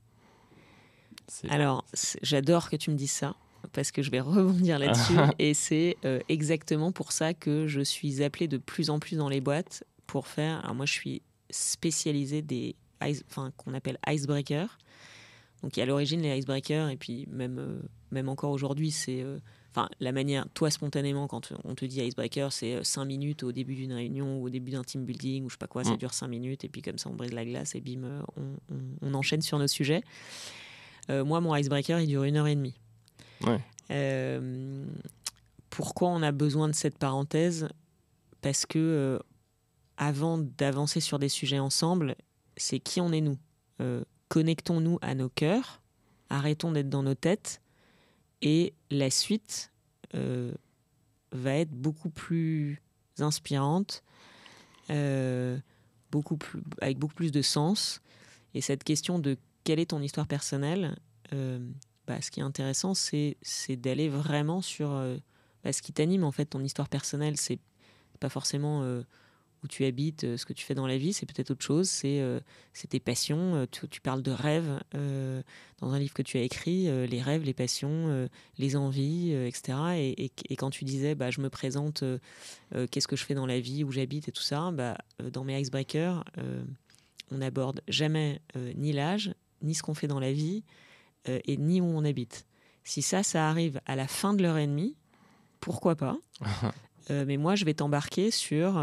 A: Alors, j'adore que tu me dises ça, parce que je vais rebondir là-dessus. Et c'est exactement pour ça que je suis appelée de plus en plus dans les boîtes pour faire... Alors moi, je suis spécialisée qu'on appelle icebreakers. Donc, à l'origine, les icebreakers, et puis même encore aujourd'hui, c'est... la manière, toi, spontanément, quand on te dit icebreaker, c'est 5 minutes au début d'une réunion ou au début d'un team building ou je sais pas quoi, ça dure 5 minutes et puis comme ça, on brise la glace et bim, on enchaîne sur nos sujets. Moi, mon icebreaker, il dure 1h30.
B: Ouais.
A: Pourquoi on a besoin de cette parenthèse? Parce que avant d'avancer sur des sujets ensemble, c'est qui on est nous. Connectons-nous à nos cœurs, arrêtons d'être dans nos têtes. Et la suite va être beaucoup plus inspirante, avec beaucoup plus de sens. Et cette question de quelle est ton histoire personnelle, ce qui est intéressant, c'est d'aller vraiment sur ce qui t'anime. En fait, ton histoire personnelle, c'est pas forcément où tu habites, ce que tu fais dans la vie, c'est peut-être autre chose, c'est tes passions. Tu parles de rêves dans un livre que tu as écrit, les rêves, les passions, les envies, etc. Et quand tu disais, je me présente, qu'est-ce que je fais dans la vie, où j'habite et tout ça, dans mes icebreakers, on n'aborde jamais ni l'âge, ni ce qu'on fait dans la vie, et ni où on habite. Si ça arrive à la fin de l'heure et demie, pourquoi pas? Mais moi, je vais t'embarquer sur...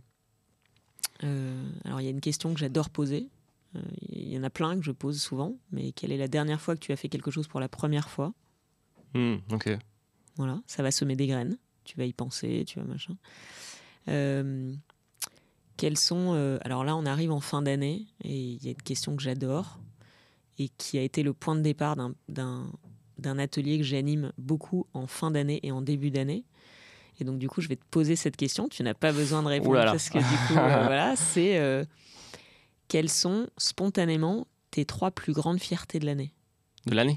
A: alors, il y a une question que j'adore poser. Il y en a plein que je pose souvent. Mais quelle est la dernière fois que tu as fait quelque chose pour la première fois?
B: Ok.
A: Voilà, ça va semer des graines. Tu vas y penser, tu vas machin. Quels sont... alors là, on arrive en fin d'année et il y a une question que j'adore et qui a été le point de départ d'un atelier que j'anime beaucoup en fin d'année et en début d'année. Et donc, du coup, je vais te poser cette question. Tu n'as pas besoin de répondre parce que, du coup, voilà, c'est quelles sont spontanément tes 3 plus grandes fiertés de l'année ?
B: De l'année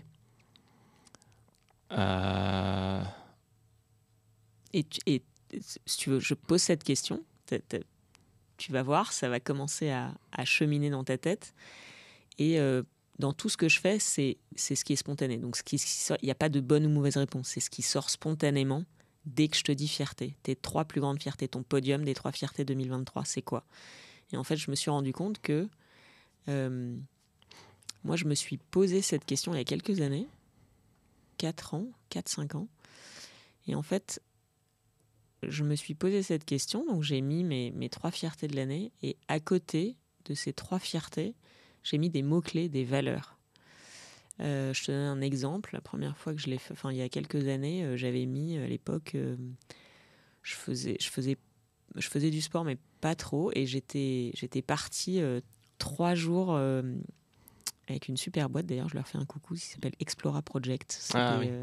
A: et si tu veux, je pose cette question. Tu vas voir, ça va commencer à cheminer dans ta tête. Et dans tout ce que je fais, c'est ce qui est spontané. Donc, il n'y a pas de bonne ou mauvaise réponse. C'est ce qui sort spontanément dès que je te dis fierté. Tes 3 plus grandes fiertés, ton podium des 3 fiertés 2023, c'est quoi ? Et en fait, je me suis rendu compte que moi, je me suis posé cette question il y a quelques années, 4-5 ans. Et en fait, je me suis posé cette question. Donc, j'ai mis mes 3 fiertés de l'année. Et à côté de ces 3 fiertés, j'ai mis des mots-clés, des valeurs. Je te donne un exemple. La première fois que je l'ai fait, il y a quelques années, j'avais mis à l'époque, je faisais du sport, mais pas trop. Et j'étais partie 3 jours avec une super boîte. D'ailleurs, je leur fais un coucou. Qui s'appelle Explora Project. C'est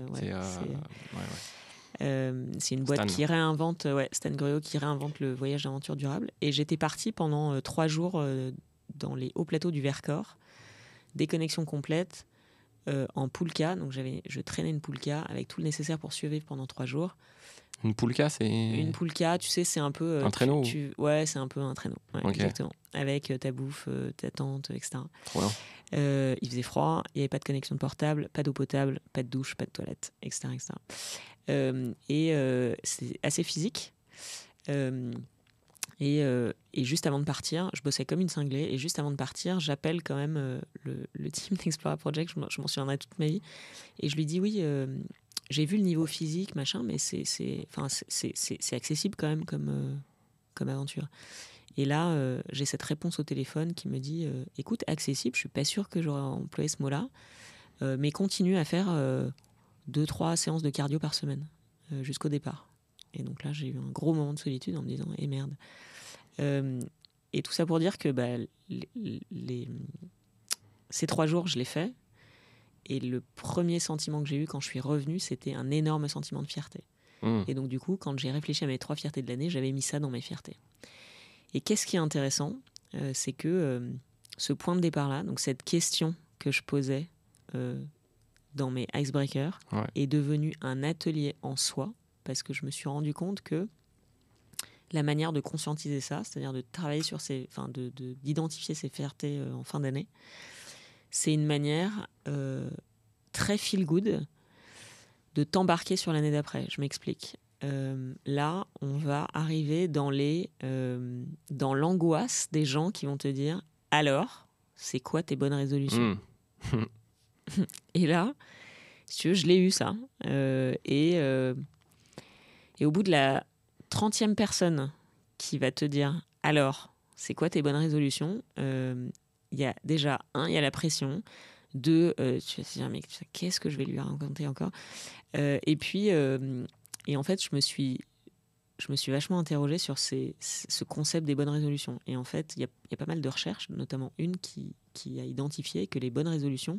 A: une boîte qui réinvente, Stan Gruot, qui réinvente le voyage d'aventure durable. Et j'étais partie pendant 3 jours dans les hauts plateaux du Vercors, déconnexion complète, en poulka. Donc je traînais une poulka avec tout le nécessaire pour survivre pendant 3 jours.
B: Une poulka, c'est...
A: Une poulka, tu sais, c'est un peu...
B: un traîneau
A: Ouais, c'est un peu un traîneau. Ouais,
B: okay.
A: Exactement. Avec ta bouffe, ta tente, etc.
B: Trop bien.
A: Il faisait froid, il n'y avait pas de connexion de portable, pas d'eau potable, pas de douche, pas de toilette, etc. C'est assez physique. Et juste avant de partir, je bossais comme une cinglée. Et juste avant de partir, j'appelle quand même le team d'Explora Project. Je m'en souviendrai toute ma vie. Et je lui dis oui, j'ai vu le niveau physique, machin, mais c'est accessible quand même comme aventure. Et là, j'ai cette réponse au téléphone qui me dit écoute, accessible, je suis pas sûre que j'aurais employé ce mot-là, mais continue à faire 2-3 séances de cardio par semaine jusqu'au départ. Et donc là, j'ai eu un gros moment de solitude en me disant merde. Et tout ça pour dire que ces 3 jours, je l'ai fait. Et le premier sentiment que j'ai eu quand je suis revenue, c'était un énorme sentiment de fierté. Et donc du coup, quand j'ai réfléchi à mes 3 fiertés de l'année, j'avais mis ça dans mes fiertés. Et qu'est-ce qui est intéressant, c'est que ce point de départ-là, donc cette question que je posais dans mes icebreakers, est devenu un atelier en soi, parce que je me suis rendu compte que la manière de conscientiser ça, c'est-à-dire de travailler sur d'identifier ces fiertés en fin d'année, c'est une manière très feel-good de t'embarquer sur l'année d'après. Je m'explique. Là, on va arriver dans l'angoisse des gens qui vont te dire « Alors, c'est quoi tes bonnes résolutions ?» Et là, si tu veux, je l'ai eu ça. Et au bout de la 30e personne qui va te dire « Alors, c'est quoi tes bonnes résolutions ?» Il y a déjà, il y a la pression. 2, tu vas te dire « Mais qu'est-ce que je vais lui raconter encore ?» Et puis, et en fait, je me suis vachement interrogée sur ce concept des bonnes résolutions. Et en fait, il y a pas mal de recherches, notamment une qui a identifié que les bonnes résolutions,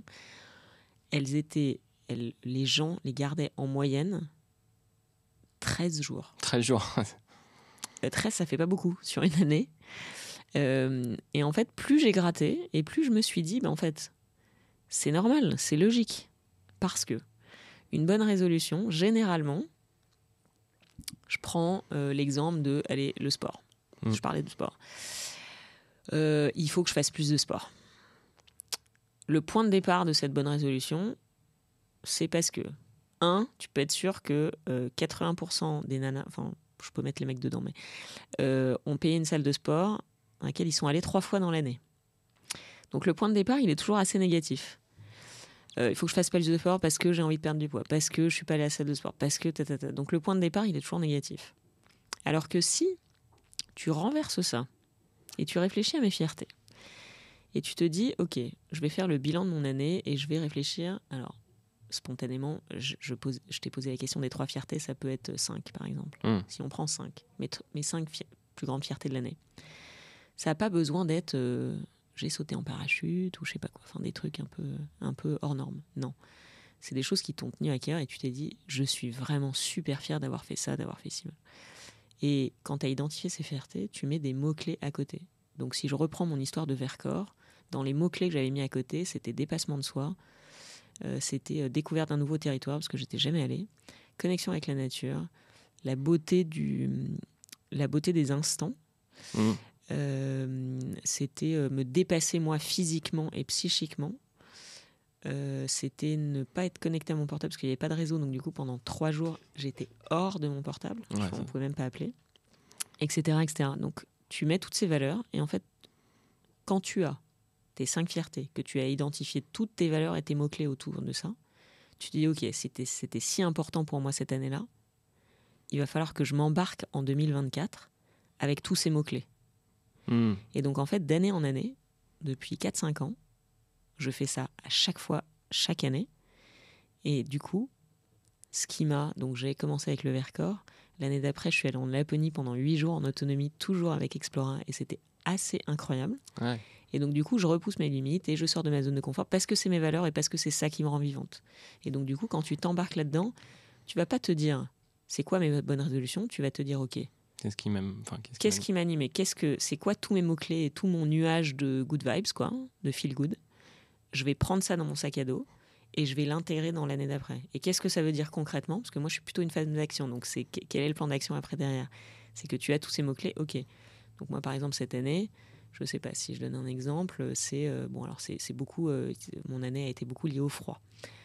A: les gens les gardaient en moyenne 13 jours.
B: 13 jours.
A: 13, ça fait pas beaucoup sur une année. Et en fait, plus j'ai gratté, et plus je me suis dit, en fait, c'est normal, c'est logique. Parce que une bonne résolution, généralement, je prends l'exemple de le sport. Je parlais de sport. Il faut que je fasse plus de sport. Le point de départ de cette bonne résolution, c'est parce que, tu peux être sûr que 80% des nanas, enfin, je peux mettre les mecs dedans, mais ont payé une salle de sport dans laquelle ils sont allés 3 fois dans l'année. Donc le point de départ, il est toujours assez négatif. Il faut que je fasse plus de sport parce que j'ai envie de perdre du poids, parce que je suis pas allée à la salle de sport, parce que Donc le point de départ, il est toujours négatif. Alors que si tu renverses ça et tu réfléchis à mes fiertés et tu te dis, ok, je vais faire le bilan de mon année et je vais réfléchir. Alors spontanément, je t'ai posé la question des 3 fiertés, ça peut être 5 par exemple. Si on prend 5, mes 5 plus grandes fiertés de l'année. Ça n'a pas besoin d'être j'ai sauté en parachute ou je sais pas quoi, enfin des trucs un peu hors normes. Non. C'est des choses qui t'ont tenu à cœur et tu t'es dit, je suis vraiment super fière d'avoir fait ça, d'avoir fait ci. Et quand tu as identifié ces fiertés, tu mets des mots-clés à côté. Donc si je reprends mon histoire de Vercors, dans les mots-clés que j'avais mis à côté, c'était dépassement de soi, c'était découverte d'un nouveau territoire parce que j'étais jamais allée, connexion avec la nature, la beauté des instants. C'était me dépasser moi physiquement et psychiquement. C'était ne pas être connecté à mon portable parce qu'il n'y avait pas de réseau, donc du coup pendant 3 jours j'étais hors de mon portable, on ne pouvait même pas appeler, etc., etc. Donc tu mets toutes ces valeurs et en fait quand tu as tes 5 fiertés, que tu as identifié toutes tes valeurs et tes mots-clés autour de ça, tu te dis ok, c'était si important pour moi cette année-là, il va falloir que je m'embarque en 2024 avec tous ces mots-clés. Et donc en fait d'année en année, depuis 4-5 ans, je fais ça à chaque fois, chaque année. Et du coup, donc j'ai commencé avec le Vercors. L'année d'après, je suis allée en Laponie pendant 8 jours en autonomie, toujours avec Explora. Et c'était assez incroyable. Ouais. Et donc du coup, je repousse mes limites et je sors de ma zone de confort parce que c'est mes valeurs et parce que c'est ça qui me rend vivante. Et donc du coup, quand tu t'embarques là-dedans, tu vas pas te dire c'est quoi mes bonnes résolutions, tu vas te dire ok.
B: Qu'est-ce qui m'anime
A: et c'est quoi tous mes mots-clés et tout mon nuage de good vibes, quoi, de feel good. Je vais prendre ça dans mon sac à dos et je vais l'intégrer dans l'année d'après. Et qu'est-ce que ça veut dire concrètement ? Parce que moi, je suis plutôt une phase d'action. Donc, quel est le plan d'action après derrière ? C'est que tu as tous ces mots-clés. OK. Donc, moi, par exemple, cette année, je ne sais pas si je donne un exemple, c'est beaucoup... mon année a été beaucoup liée au froid.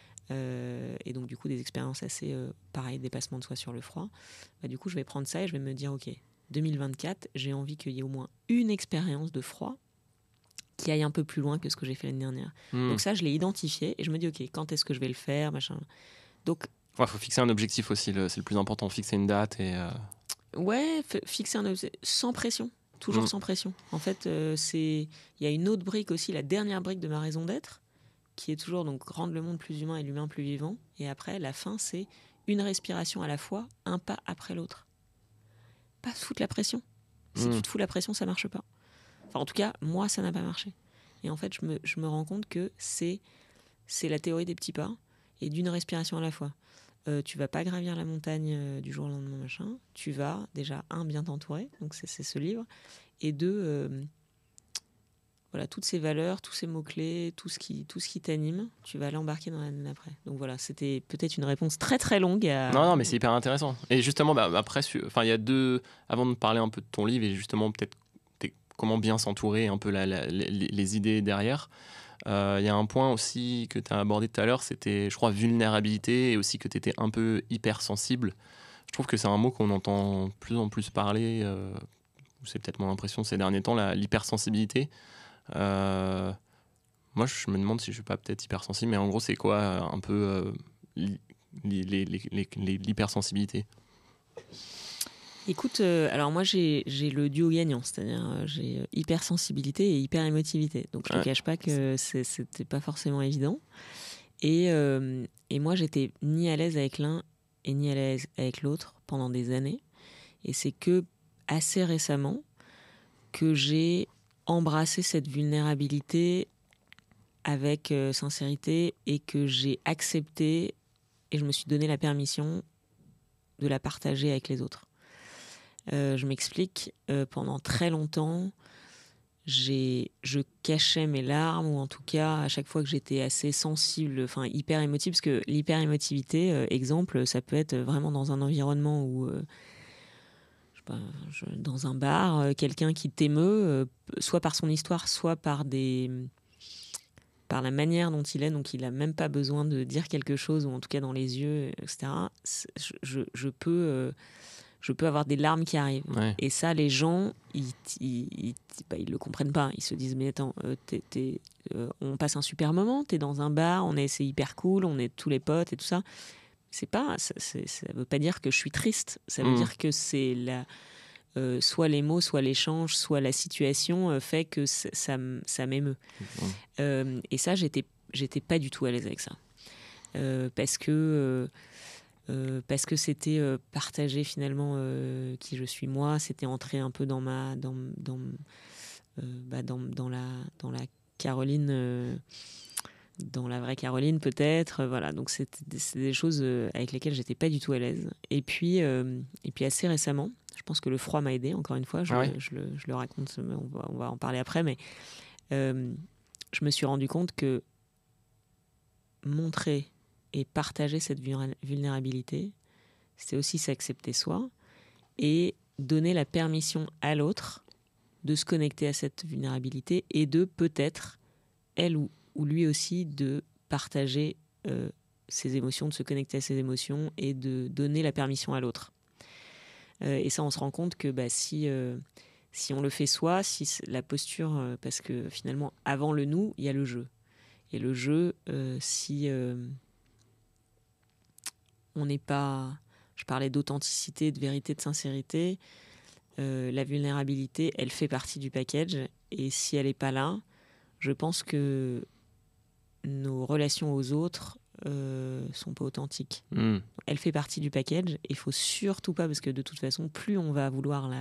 A: Et donc, du coup, des expériences assez, pareil, dépassement de soi sur le froid. Bah, du coup, je vais prendre ça et je vais me dire, OK, 2024, j'ai envie qu'il y ait au moins une expérience de froid qui aille un peu plus loin que ce que j'ai fait l'année dernière. Donc ça, je l'ai identifié et je me dis, OK, quand est-ce que je vais le faire, machin. Donc,
B: faut fixer un objectif aussi, c'est le plus important, fixer une date et...
A: Ouais, fixer un objectif sans pression, toujours sans pression. En fait, il y a une autre brique aussi, la dernière brique de ma raison d'être, qui est toujours donc rendre le monde plus humain et l'humain plus vivant. Et après, la fin, c'est une respiration à la fois, un pas après l'autre. Pas foutre la pression. Si tu te fous la pression, ça marche pas. Enfin, en tout cas, moi, ça n'a pas marché. Et en fait, je me rends compte que c'est la théorie des petits pas et d'une respiration à la fois. Tu vas pas gravir la montagne du jour au lendemain, machin. Tu vas, déjà, bien t'entourer. Donc, c'est ce livre. Et 2, voilà, toutes ces valeurs, tous ces mots-clés, tout ce qui t'anime, tu vas l'embarquer dans l'année d'après. Donc voilà, c'était peut-être une réponse très très longue.
B: Non, mais c'est hyper intéressant. Et justement, après, il y a avant de parler un peu de ton livre et justement peut-être comment bien s'entourer, un peu les idées derrière, il y a un point aussi que tu as abordé tout à l'heure, c'était, je crois, vulnérabilité et aussi que tu étais un peu hypersensible. Je trouve que c'est un mot qu'on entend de plus en plus parler, c'est peut-être mon impression ces derniers temps, l'hypersensibilité. Moi, je me demande si je ne suis pas peut-être hypersensible, mais en gros, c'est quoi un peu l'hypersensibilité ?
A: Écoute, alors moi j'ai le duo gagnant, c'est-à-dire j'ai hypersensibilité et hyperémotivité. Donc je te cache pas que c'était pas forcément évident. Et moi j'étais ni à l'aise avec l'un et ni à l'aise avec l'autre pendant des années. Et c'est que assez récemment que j'ai embrassé cette vulnérabilité avec sincérité et que j'ai accepté et je me suis donné la permission de la partager avec les autres. Je m'explique, pendant très longtemps, je cachais mes larmes, ou en tout cas, à chaque fois que j'étais assez sensible, enfin hyper émotive, parce que l'hyper-émotivité, exemple, ça peut être vraiment dans un environnement où, je sais pas, dans un bar, quelqu'un qui t'émeut, soit par son histoire, soit par la manière dont il est, donc il n'a même pas besoin de dire quelque chose, ou en tout cas dans les yeux, etc. Je peux avoir des larmes qui arrivent. Ouais. Et ça, les gens, ils le comprennent pas. Ils se disent, mais attends, on passe un super moment, t'es dans un bar, c'est hyper cool, on est tous les potes et tout ça. Ça veut pas dire que je suis triste. Ça veut dire que c'est soit les mots, soit l'échange, soit la situation fait que ça m'émeut. Et ça, j'étais pas du tout à l'aise avec ça. Parce que c'était partager finalement qui je suis moi, c'était entrer un peu dans dans la Caroline, dans la vraie Caroline peut-être. Voilà, donc c'est des choses avec lesquelles j'étais pas du tout à l'aise. Et puis assez récemment, je pense que le froid m'a aidée, encore une fois, je le raconte, on va en parler après, mais je me suis rendu compte que montrer et partager cette vulnérabilité, c'est aussi s'accepter soi et donner la permission à l'autre de se connecter à cette vulnérabilité et de peut-être, elle ou lui aussi, de partager ses émotions, de se connecter à ses émotions et de donner la permission à l'autre. Et ça, on se rend compte que si on le fait soi, si la posture, parce que finalement, avant le nous, il y a le jeu. Et le jeu, si on n'est pas... Je parlais d'authenticité, de vérité, de sincérité. La vulnérabilité, elle fait partie du package. Et si elle n'est pas là, je pense que nos relations aux autres sont pas authentiques. Elle fait partie du package. Il faut surtout pas, parce que de toute façon, plus on va vouloir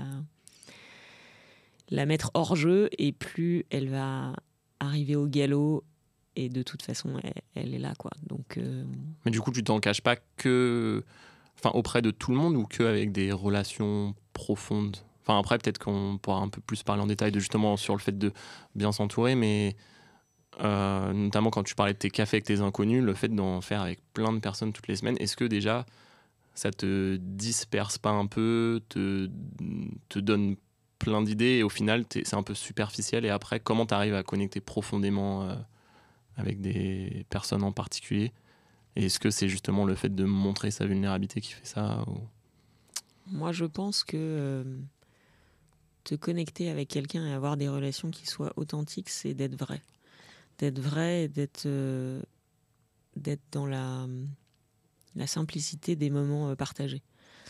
A: la mettre hors jeu, et plus elle va arriver au galop. Et de toute façon, elle est là, quoi. Donc,
B: Mais du coup, tu t'en caches pas que... Enfin, auprès de tout le monde ou qu'avec des relations profondes? Enfin, après, peut-être qu'on pourra un peu plus parler en détail justement sur le fait de bien s'entourer, mais notamment quand tu parlais de tes cafés avec tes inconnus, le fait d'en faire avec plein de personnes toutes les semaines, est-ce que déjà, ça te disperse pas un peu, te donne plein d'idées et au final, c'est un peu superficiel et après, comment tu arrives à connecter profondément avec des personnes en particulier? Et est-ce que c'est justement le fait de montrer sa vulnérabilité qui fait ça ou...
A: Moi, je pense que te connecter avec quelqu'un et avoir des relations qui soient authentiques, c'est d'être vrai. D'être vrai et d'être dans la simplicité des moments partagés.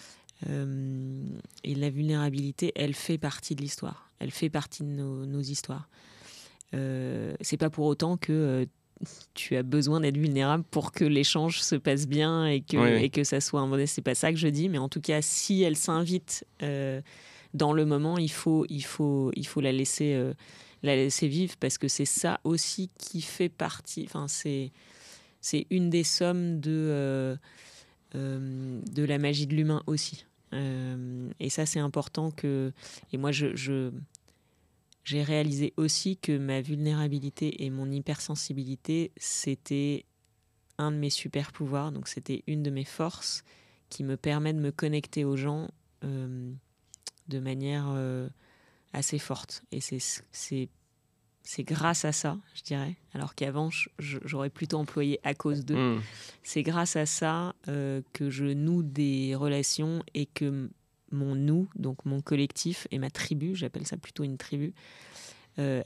A: Et la vulnérabilité, elle fait partie de l'histoire. Elle fait partie de nos histoires. C'est pas pour autant que tu as besoin d'être vulnérable pour que l'échange se passe bien et que ça soit un modèle. C'est pas ça que je dis, mais en tout cas, si elle s'invite dans le moment, il faut la laisser vivre, parce que c'est ça aussi qui fait partie. Enfin, c'est une des sommes de la magie de l'humain aussi. Et ça, c'est important que. Et moi, j'ai réalisé aussi que ma vulnérabilité et mon hypersensibilité, c'était un de mes super pouvoirs. Donc, c'était une de mes forces qui me permet de me connecter aux gens de manière assez forte. Et c'est grâce à ça, je dirais. Alors qu'avant, j'aurais plutôt employé à cause d'eux. C'est grâce à ça que je noue des relations et que mon nous, donc mon collectif et ma tribu, j'appelle ça plutôt une tribu, je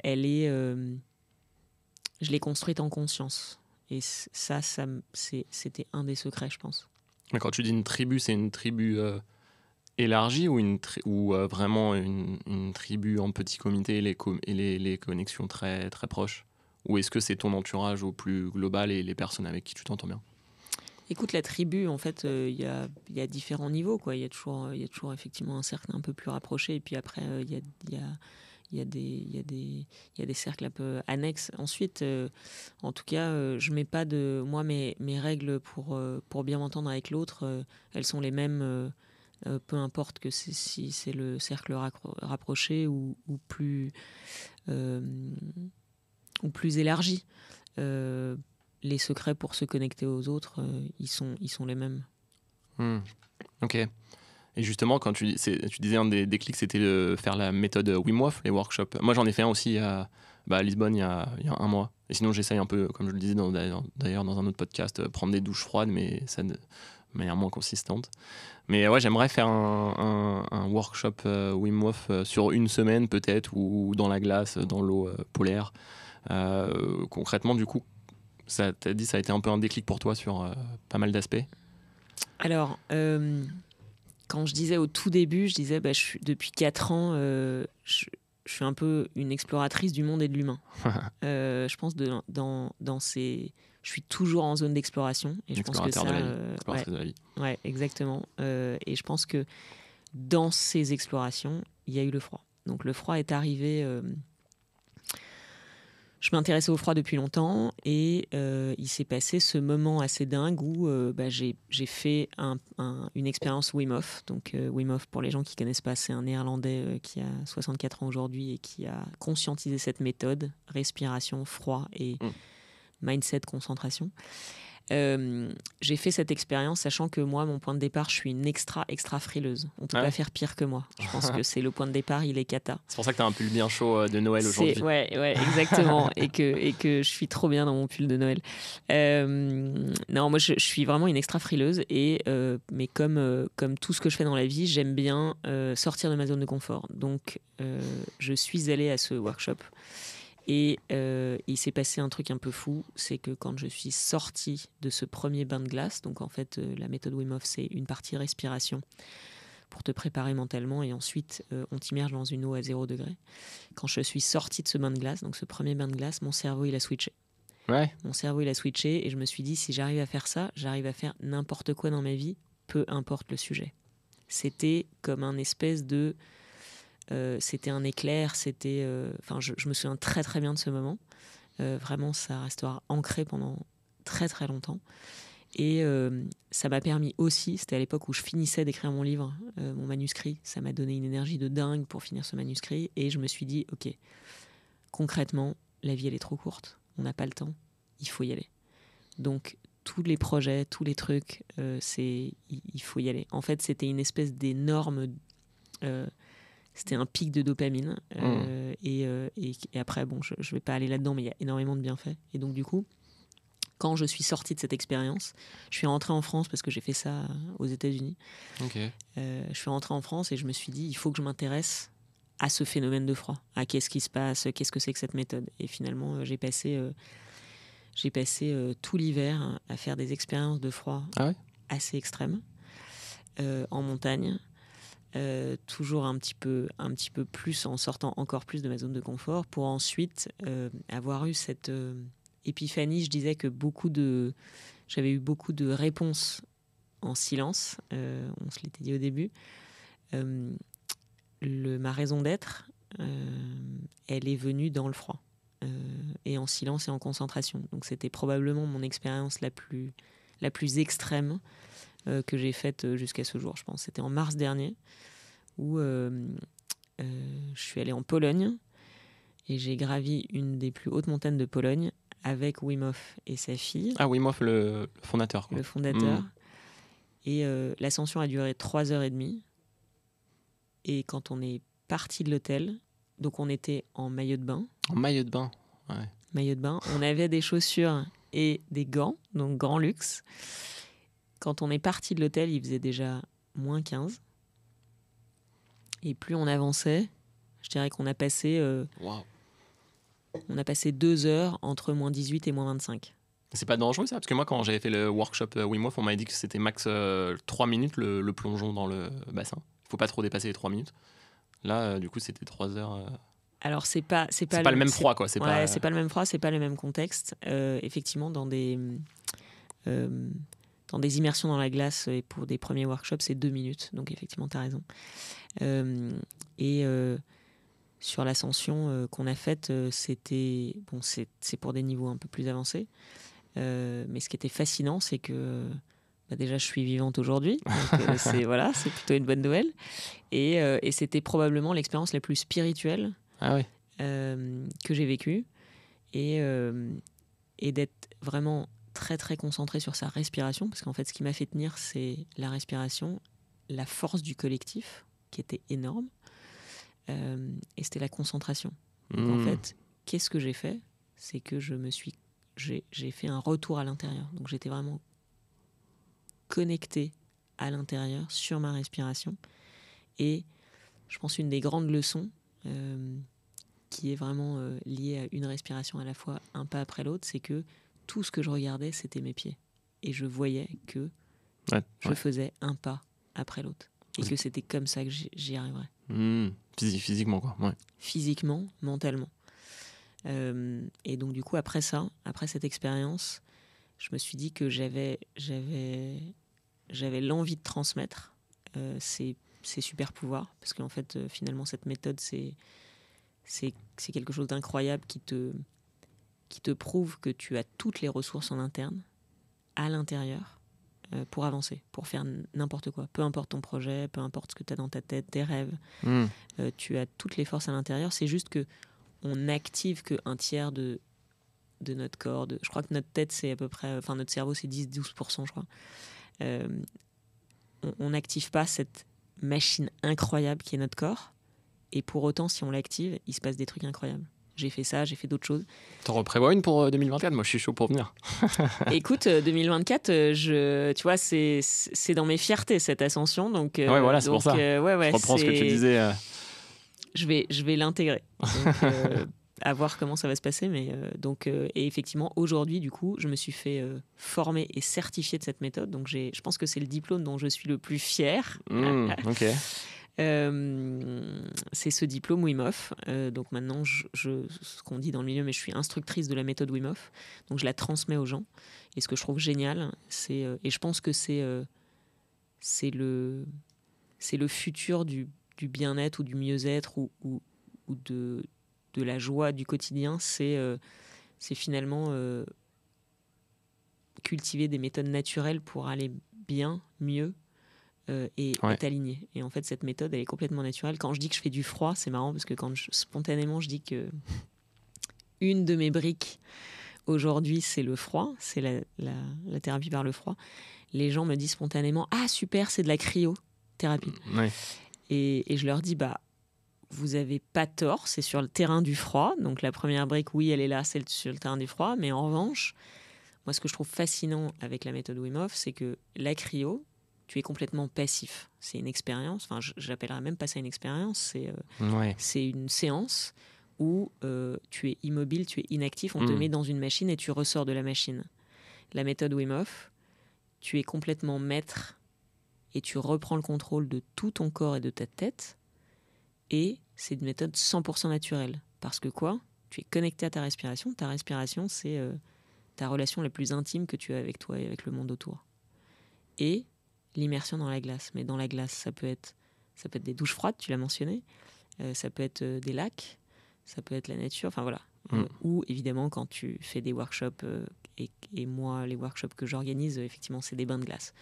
A: l'ai construite en conscience. Et ça c'était un des secrets, je pense.
B: Mais quand tu dis une tribu, c'est une tribu élargie ou vraiment une tribu en petit comité et les connexions très, très proches? Ou est-ce que c'est ton entourage au plus global et les personnes avec qui tu t'entends bien?
A: Écoute, la tribu, en fait, il y a différents niveaux, quoi. Il y a toujours effectivement un cercle un peu plus rapproché, et puis après, il y a des cercles un peu annexes. Ensuite, en tout cas, je mets pas de... Moi, mes règles pour bien m'entendre avec l'autre, elles sont les mêmes, peu importe que si c'est le cercle rapproché ou plus élargi. Les secrets pour se connecter aux autres, ils sont les mêmes.
B: Ok. Et justement, quand tu disais un des déclics, c'était de faire la méthode Wim Hof, les workshops. Moi, j'en ai fait un aussi à Lisbonne il y a un mois. Et sinon, j'essaye un peu, comme je le disais d'ailleurs dans un autre podcast, prendre des douches froides, mais ça de manière moins consistante. Mais ouais, j'aimerais faire un workshop Wim Hof sur une semaine peut-être, ou dans la glace, dans l'eau polaire. Concrètement, du coup, ça t'a dit, ça a été un peu un déclic pour toi sur pas mal d'aspects?
A: Alors, quand je disais au tout début, je disais depuis 4 ans, je suis un peu une exploratrice du monde et de l'humain. Je pense dans ces... Je suis toujours en zone d'exploration. Et je pense que ça,
B: de la vie. Exploratrice de la vie.
A: Ouais, exactement. Et je pense que dans ces explorations, il y a eu le froid. Donc le froid est arrivé je m'intéressais au froid depuis longtemps et il s'est passé ce moment assez dingue où j'ai fait une expérience Wim Hof. Donc Wim Hof, pour les gens qui ne connaissent pas, c'est un Néerlandais qui a 64 ans aujourd'hui et qui a conscientisé cette méthode, respiration, froid et mindset, concentration. J'ai fait cette expérience sachant que moi, mon point de départ, je suis une extra frileuse. On peut pas faire pire que moi. Je pense que c'est le point de départ, il est cata.
B: C'est pour ça que tu as un pull bien chaud de Noël aujourd'hui.
A: Ouais, exactement. et que je suis trop bien dans mon pull de Noël. Non, moi, je suis vraiment une extra frileuse. Mais comme tout ce que je fais dans la vie, j'aime bien sortir de ma zone de confort. Donc, je suis allée à ce workshop. Et il s'est passé un truc un peu fou, c'est que quand je suis sortie de ce premier bain de glace, donc en fait la méthode Wim Hof, c'est une partie respiration pour te préparer mentalement et ensuite on t'immerge dans une eau à 0 degré. Quand je suis sortie de ce bain de glace, donc ce premier bain de glace, mon cerveau il a switché.
B: Ouais.
A: Mon cerveau il a switché et je me suis dit si j'arrive à faire ça, j'arrive à faire n'importe quoi dans ma vie, peu importe le sujet. C'était comme un espèce de... c'était un éclair, c'était... je me souviens très très bien de ce moment. Vraiment, ça restera ancré pendant très très longtemps. Et ça m'a permis aussi, c'était à l'époque où je finissais d'écrire mon livre, mon manuscrit, ça m'a donné une énergie de dingue pour finir ce manuscrit. Et je me suis dit, ok, concrètement, la vie elle est trop courte, on n'a pas le temps, il faut y aller. Donc tous les projets, tous les trucs, il faut y aller. En fait, c'était une espèce d'énorme... c'était un pic de dopamine. Et après, bon, je ne vais pas aller là-dedans, mais il y a énormément de bienfaits. Et donc, du coup, quand je suis sortie de cette expérience, je suis rentrée en France parce que j'ai fait ça aux États-Unis.
B: Okay.
A: Je suis rentrée en France et je me suis dit, il faut que je m'intéresse à ce phénomène de froid, à qu'est-ce qui se passe, qu'est-ce que c'est que cette méthode. Et finalement, j'ai passé tout l'hiver à faire des expériences de froid assez extrêmes en montagne. Toujours un petit peu plus en sortant encore plus de ma zone de confort pour ensuite avoir eu cette épiphanie. Je disais que j'avais eu beaucoup de réponses en silence, on se l'était dit au début. Ma raison d'être, elle est venue dans le froid et en silence et en concentration. Donc c'était probablement mon expérience la plus extrême que j'ai faite jusqu'à ce jour, je pense. C'était en mars dernier où je suis allée en Pologne et j'ai gravi une des plus hautes montagnes de Pologne avec Wim Hof et sa fille.
B: Ah, Wim Hof, le fondateur. Quoi.
A: Le fondateur. Et l'ascension a duré 3h30. Et quand on est parti de l'hôtel, donc on était en maillot de bain.
B: En maillot de bain, ouais.
A: Maillot de bain. On avait des chaussures et des gants, donc grand luxe. Quand on est parti de l'hôtel, il faisait déjà moins 15. Et plus on avançait, je dirais qu'on a passé... On a passé 2 heures entre moins 18 et moins 25.
B: C'est pas dangereux ça? Parce que moi, quand j'avais fait le workshop Wim Hof, on m'avait dit que c'était max 3 minutes le plongeon dans le bassin. Il faut pas trop dépasser les 3 minutes. Là, du coup, c'était 3 heures.
A: Alors, c'est pas
B: le même froid, quoi.
A: C'est pas le même froid, c'est pas le même contexte. Effectivement, dans des immersions dans la glace et pour des premiers workshops, c'est 2 minutes. Donc, effectivement, tu as raison. Sur l'ascension qu'on a faite, c'était... Bon, c'est pour des niveaux un peu plus avancés. Mais ce qui était fascinant, c'est que déjà, je suis vivante aujourd'hui. Donc, c'est plutôt une bonne nouvelle. Et c'était probablement l'expérience la plus spirituelle que j'ai vécue. Et d'être vraiment très, très concentré sur sa respiration. Parce qu'en fait, ce qui m'a fait tenir, c'est la respiration, la force du collectif, qui était énorme. Et c'était la concentration. Donc, en fait, qu'est-ce que j'ai fait? C'est que j'ai fait un retour à l'intérieur. Donc j'étais vraiment connectée à l'intérieur sur ma respiration. Et je pense une des grandes leçons qui est vraiment liée à une respiration à la fois, un pas après l'autre, c'est que tout ce que je regardais, c'était mes pieds. Et je voyais que je faisais un pas après l'autre. Et que c'était comme ça que j'y arriverais.
B: Physiquement, quoi. Ouais.
A: Physiquement, mentalement. Et donc, du coup, après cette expérience, je me suis dit que j'avais l'envie de transmettre ces super pouvoirs. Parce qu'en fait, finalement, cette méthode, c'est quelque chose d'incroyable qui te qui te prouve que tu as toutes les ressources en interne, à l'intérieur, pour avancer, pour faire n'importe quoi. Peu importe ton projet, peu importe ce que tu as dans ta tête, tes rêves, tu as toutes les forces à l'intérieur. C'est juste qu'on n'active qu'un tiers de notre corps. Je crois que notre tête, c'est à peu près... Enfin, notre cerveau, c'est 10-12%, je crois. On n'active pas cette machine incroyable qui est notre corps. Et pour autant, si on l'active, il se passe des trucs incroyables. J'ai fait ça, j'ai fait d'autres choses.
B: T'en reprévois une pour 2024 ? Moi, je suis chaud pour venir.
A: Écoute, 2024, tu vois, c'est dans mes fiertés, cette ascension. Donc,
B: ouais, voilà, c'est pour ça.
A: Ouais,
B: je reprends ce que tu disais.
A: Je vais l'intégrer. Donc, à voir comment ça va se passer. Mais, et effectivement, aujourd'hui, du coup, je me suis fait former et certifier de cette méthode. Donc, je pense que c'est le diplôme dont je suis le plus fier.
B: Ok.
A: C'est ce diplôme Wim Hof. Donc maintenant, ce qu'on dit dans le milieu, mais je suis instructrice de la méthode Wim Hof. Donc je la transmets aux gens. Et ce que je trouve génial, et je pense que c'est le futur du bien-être ou du mieux-être ou de la joie du quotidien. C'est finalement cultiver des méthodes naturelles pour aller bien, mieux. Et est alignée. Et en fait, cette méthode, elle est complètement naturelle. Quand je dis que je fais du froid, c'est marrant parce que spontanément, je dis que une de mes briques aujourd'hui, c'est le froid, c'est la thérapie par le froid. Les gens me disent spontanément « Ah, super, c'est de la cryothérapie. » Et je leur dis « Vous n'avez pas tort, c'est sur le terrain du froid. » Donc la première brique, oui, elle est là, c'est sur le terrain du froid. Mais en revanche, moi, ce que je trouve fascinant avec la méthode Wim Hof, c'est que la cryo, tu es complètement passif. C'est une expérience, enfin, j'appellerais même pas ça une expérience, c'est une séance où tu es immobile, tu es inactif, on te met dans une machine et tu ressors de la machine. La méthode Wim Hof, tu es complètement maître et tu reprends le contrôle de tout ton corps et de ta tête, et c'est une méthode 100% naturelle. Parce que quoi ? Tu es connecté à ta respiration, c'est ta relation la plus intime que tu as avec toi et avec le monde autour. Et l'immersion dans la glace. Mais dans la glace, ça peut être des douches froides, tu l'as mentionné, ça peut être des lacs, ça peut être la nature, enfin voilà. Ou évidemment, quand tu fais des workshops, et moi, les workshops que j'organise, effectivement, c'est des bains de glace.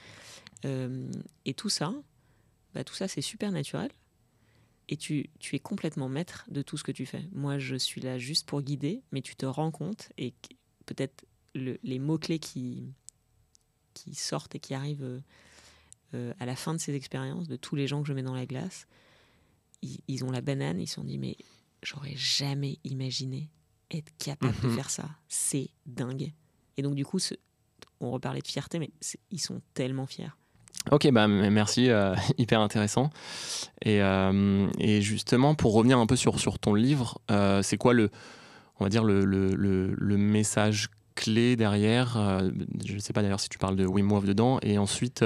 A: Et tout ça, c'est super naturel. Et tu es complètement maître de tout ce que tu fais. Moi, je suis là juste pour guider, mais tu te rends compte, et peut-être les mots-clés qui sortent et qui arrivent à la fin de ces expériences, de tous les gens que je mets dans la glace, ils ont la banane, ils se sont dit mais j'aurais jamais imaginé être capable de faire ça, c'est dingue. Et donc du coup, on reparlait de fierté, mais ils sont tellement fiers.
B: Ok, merci, hyper intéressant. Et justement, pour revenir un peu sur ton livre, c'est quoi on va dire le message clé derrière? Je ne sais pas d'ailleurs si tu parles de Wim Hof dedans, et ensuite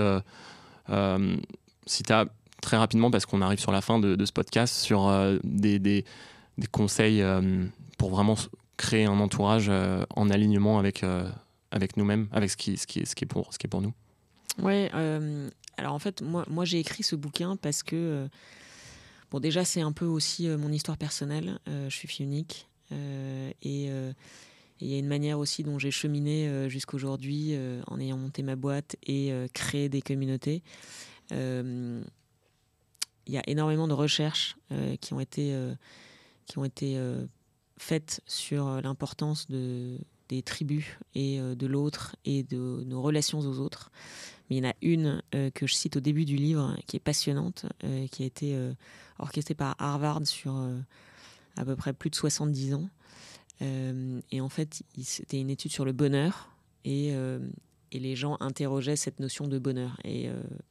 B: si tu as très rapidement, parce qu'on arrive sur la fin de ce podcast, sur des conseils pour vraiment créer un entourage en alignement avec nous-mêmes, avec ce qui est pour nous.
A: Ouais, alors en fait, moi j'ai écrit ce bouquin parce que, bon, déjà c'est un peu aussi mon histoire personnelle. Je suis fille unique, et il y a une manière aussi dont j'ai cheminé jusqu'aujourd'hui, en ayant monté ma boîte et créé des communautés. Il y a énormément de recherches qui ont été faites sur l'importance des tribus et de l'autre et de nos relations aux autres. Mais il y en a une que je cite au début du livre qui est passionnante, qui a été orchestrée par Harvard sur à peu près plus de 70 ans. Et en fait, c'était une étude sur le bonheur, et les gens interrogeaient cette notion de bonheur. Et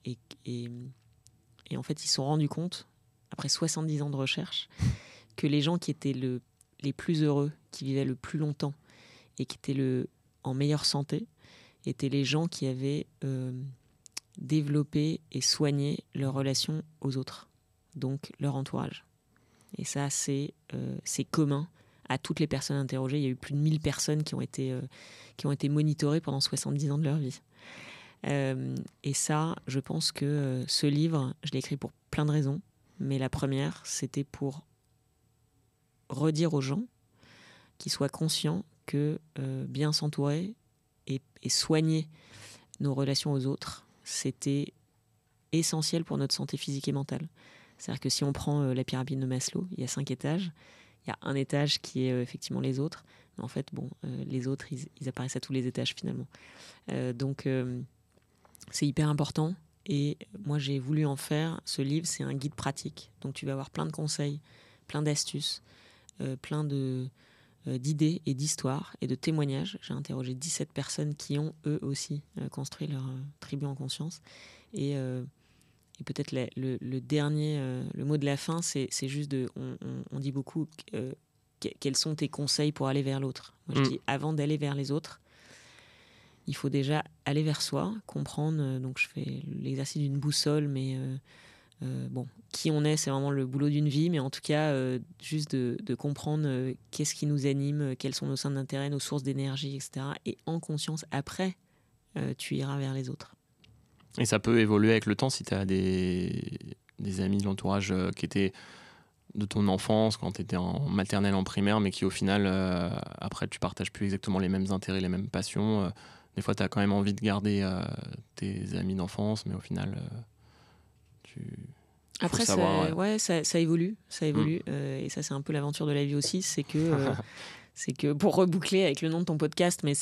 A: en fait, ils se sont rendus compte, après 70 ans de recherche, que les gens qui étaient les plus heureux, qui vivaient le plus longtemps et qui étaient en meilleure santé, étaient les gens qui avaient développé et soigné leur relation aux autres, donc leur entourage. Et ça, c'est commun à toutes les personnes interrogées. Il y a eu plus de 1000 personnes qui ont été monitorées pendant 70 ans de leur vie. Et ça, je pense que ce livre, je l'ai écrit pour plein de raisons, mais la première, c'était pour redire aux gens qu'ils soient conscients que bien s'entourer et soigner nos relations aux autres, c'était essentiel pour notre santé physique et mentale. C'est-à-dire que si on prend la pyramide de Maslow, il y a 5 étages. Il y a un étage qui est effectivement les autres. Mais en fait, les autres, ils apparaissent à tous les étages finalement. Donc, c'est hyper important. Et moi, j'ai voulu en faire. Ce livre, c'est un guide pratique. Donc, tu vas avoir plein de conseils, plein d'astuces, plein d'idées et d'histoires et de témoignages. J'ai interrogé 17 personnes qui ont, eux aussi, construit leur tribu en conscience. Et peut-être le dernier, le mot de la fin, c'est juste on dit beaucoup quels sont tes conseils pour aller vers l'autre. Moi, je dis, avant d'aller vers les autres, il faut déjà aller vers soi, comprendre. Donc, je fais l'exercice d'une boussole, mais qui on est, c'est vraiment le boulot d'une vie. Mais en tout cas, juste de comprendre qu'est-ce qui nous anime, quels sont nos centres d'intérêt, nos sources d'énergie, etc. Et en conscience, après, tu iras vers les autres.
B: Et ça peut évoluer avec le temps si tu as des amis de l'entourage qui étaient de ton enfance, quand tu étais en maternelle, en primaire, mais qui au final, après, tu partages plus exactement les mêmes intérêts, les mêmes passions. Des fois, tu as quand même envie de garder tes amis d'enfance, mais au final,
A: après, ça évolue. Ça évolue. Et ça, c'est un peu l'aventure de la vie aussi. C'est que pour reboucler avec le nom de ton podcast, mais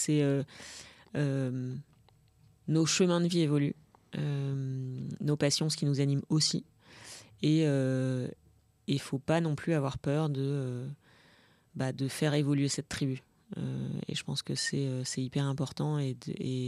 A: nos chemins de vie évoluent. Nos passions, ce qui nous anime aussi. Et il ne faut pas non plus avoir peur de faire évoluer cette tribu. Et je pense que c'est hyper important et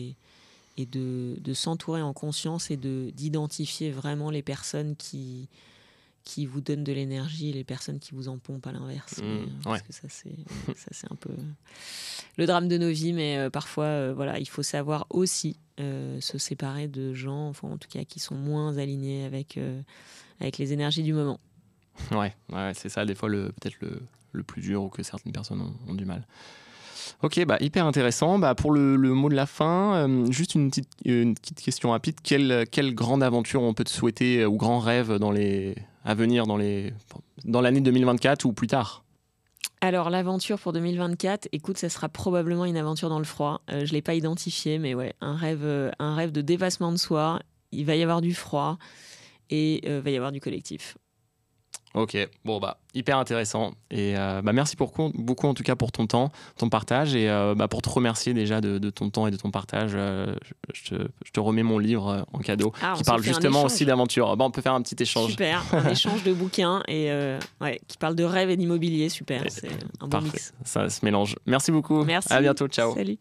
A: de s'entourer en conscience et d'identifier vraiment les personnes qui vous donnent de l'énergie et les personnes qui vous en pompent à l'inverse. Parce que ça, c'est un peu le drame de nos vies, mais parfois, il faut savoir aussi se séparer de gens, enfin, en tout cas, qui sont moins alignés avec les énergies du moment.
B: Ouais, c'est ça, des fois, peut-être le plus dur ou que certaines personnes ont du mal. Ok, hyper intéressant. Pour le mot de la fin, juste une petite question rapide. Quelle grande aventure on peut te souhaiter ou grand rêve à venir dans l'année 2024 ou plus tard?
A: Alors, l'aventure pour 2024, écoute, ça sera probablement une aventure dans le froid. Je ne l'ai pas identifié, mais ouais, un rêve de dépassement de soi. Il va y avoir du froid et il va y avoir du collectif.
B: Ok, hyper intéressant. Et merci beaucoup en tout cas pour ton temps, ton partage. Et pour te remercier déjà de ton temps et de ton partage, je te remets mon livre en cadeau qui parle justement aussi d'aventure. On peut faire un petit échange.
A: Super, un échange de bouquins et qui parle de rêve et d'immobilier. Super, c'est un bon mix.
B: Ça se mélange. Merci beaucoup.
A: Merci.
B: À bientôt, ciao.
A: Salut.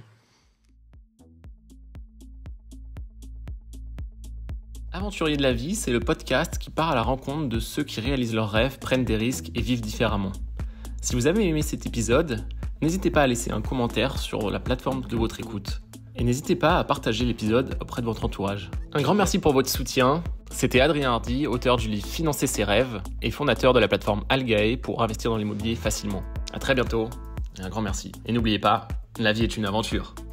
B: Aventuriers de la vie, c'est le podcast qui part à la rencontre de ceux qui réalisent leurs rêves, prennent des risques et vivent différemment. Si vous avez aimé cet épisode, n'hésitez pas à laisser un commentaire sur la plateforme de votre écoute. Et n'hésitez pas à partager l'épisode auprès de votre entourage. Un grand merci pour votre soutien. C'était Adrien Hardy, auteur du livre Financer ses rêves et fondateur de la plateforme Algae pour investir dans l'immobilier facilement. À très bientôt et un grand merci. Et n'oubliez pas, la vie est une aventure.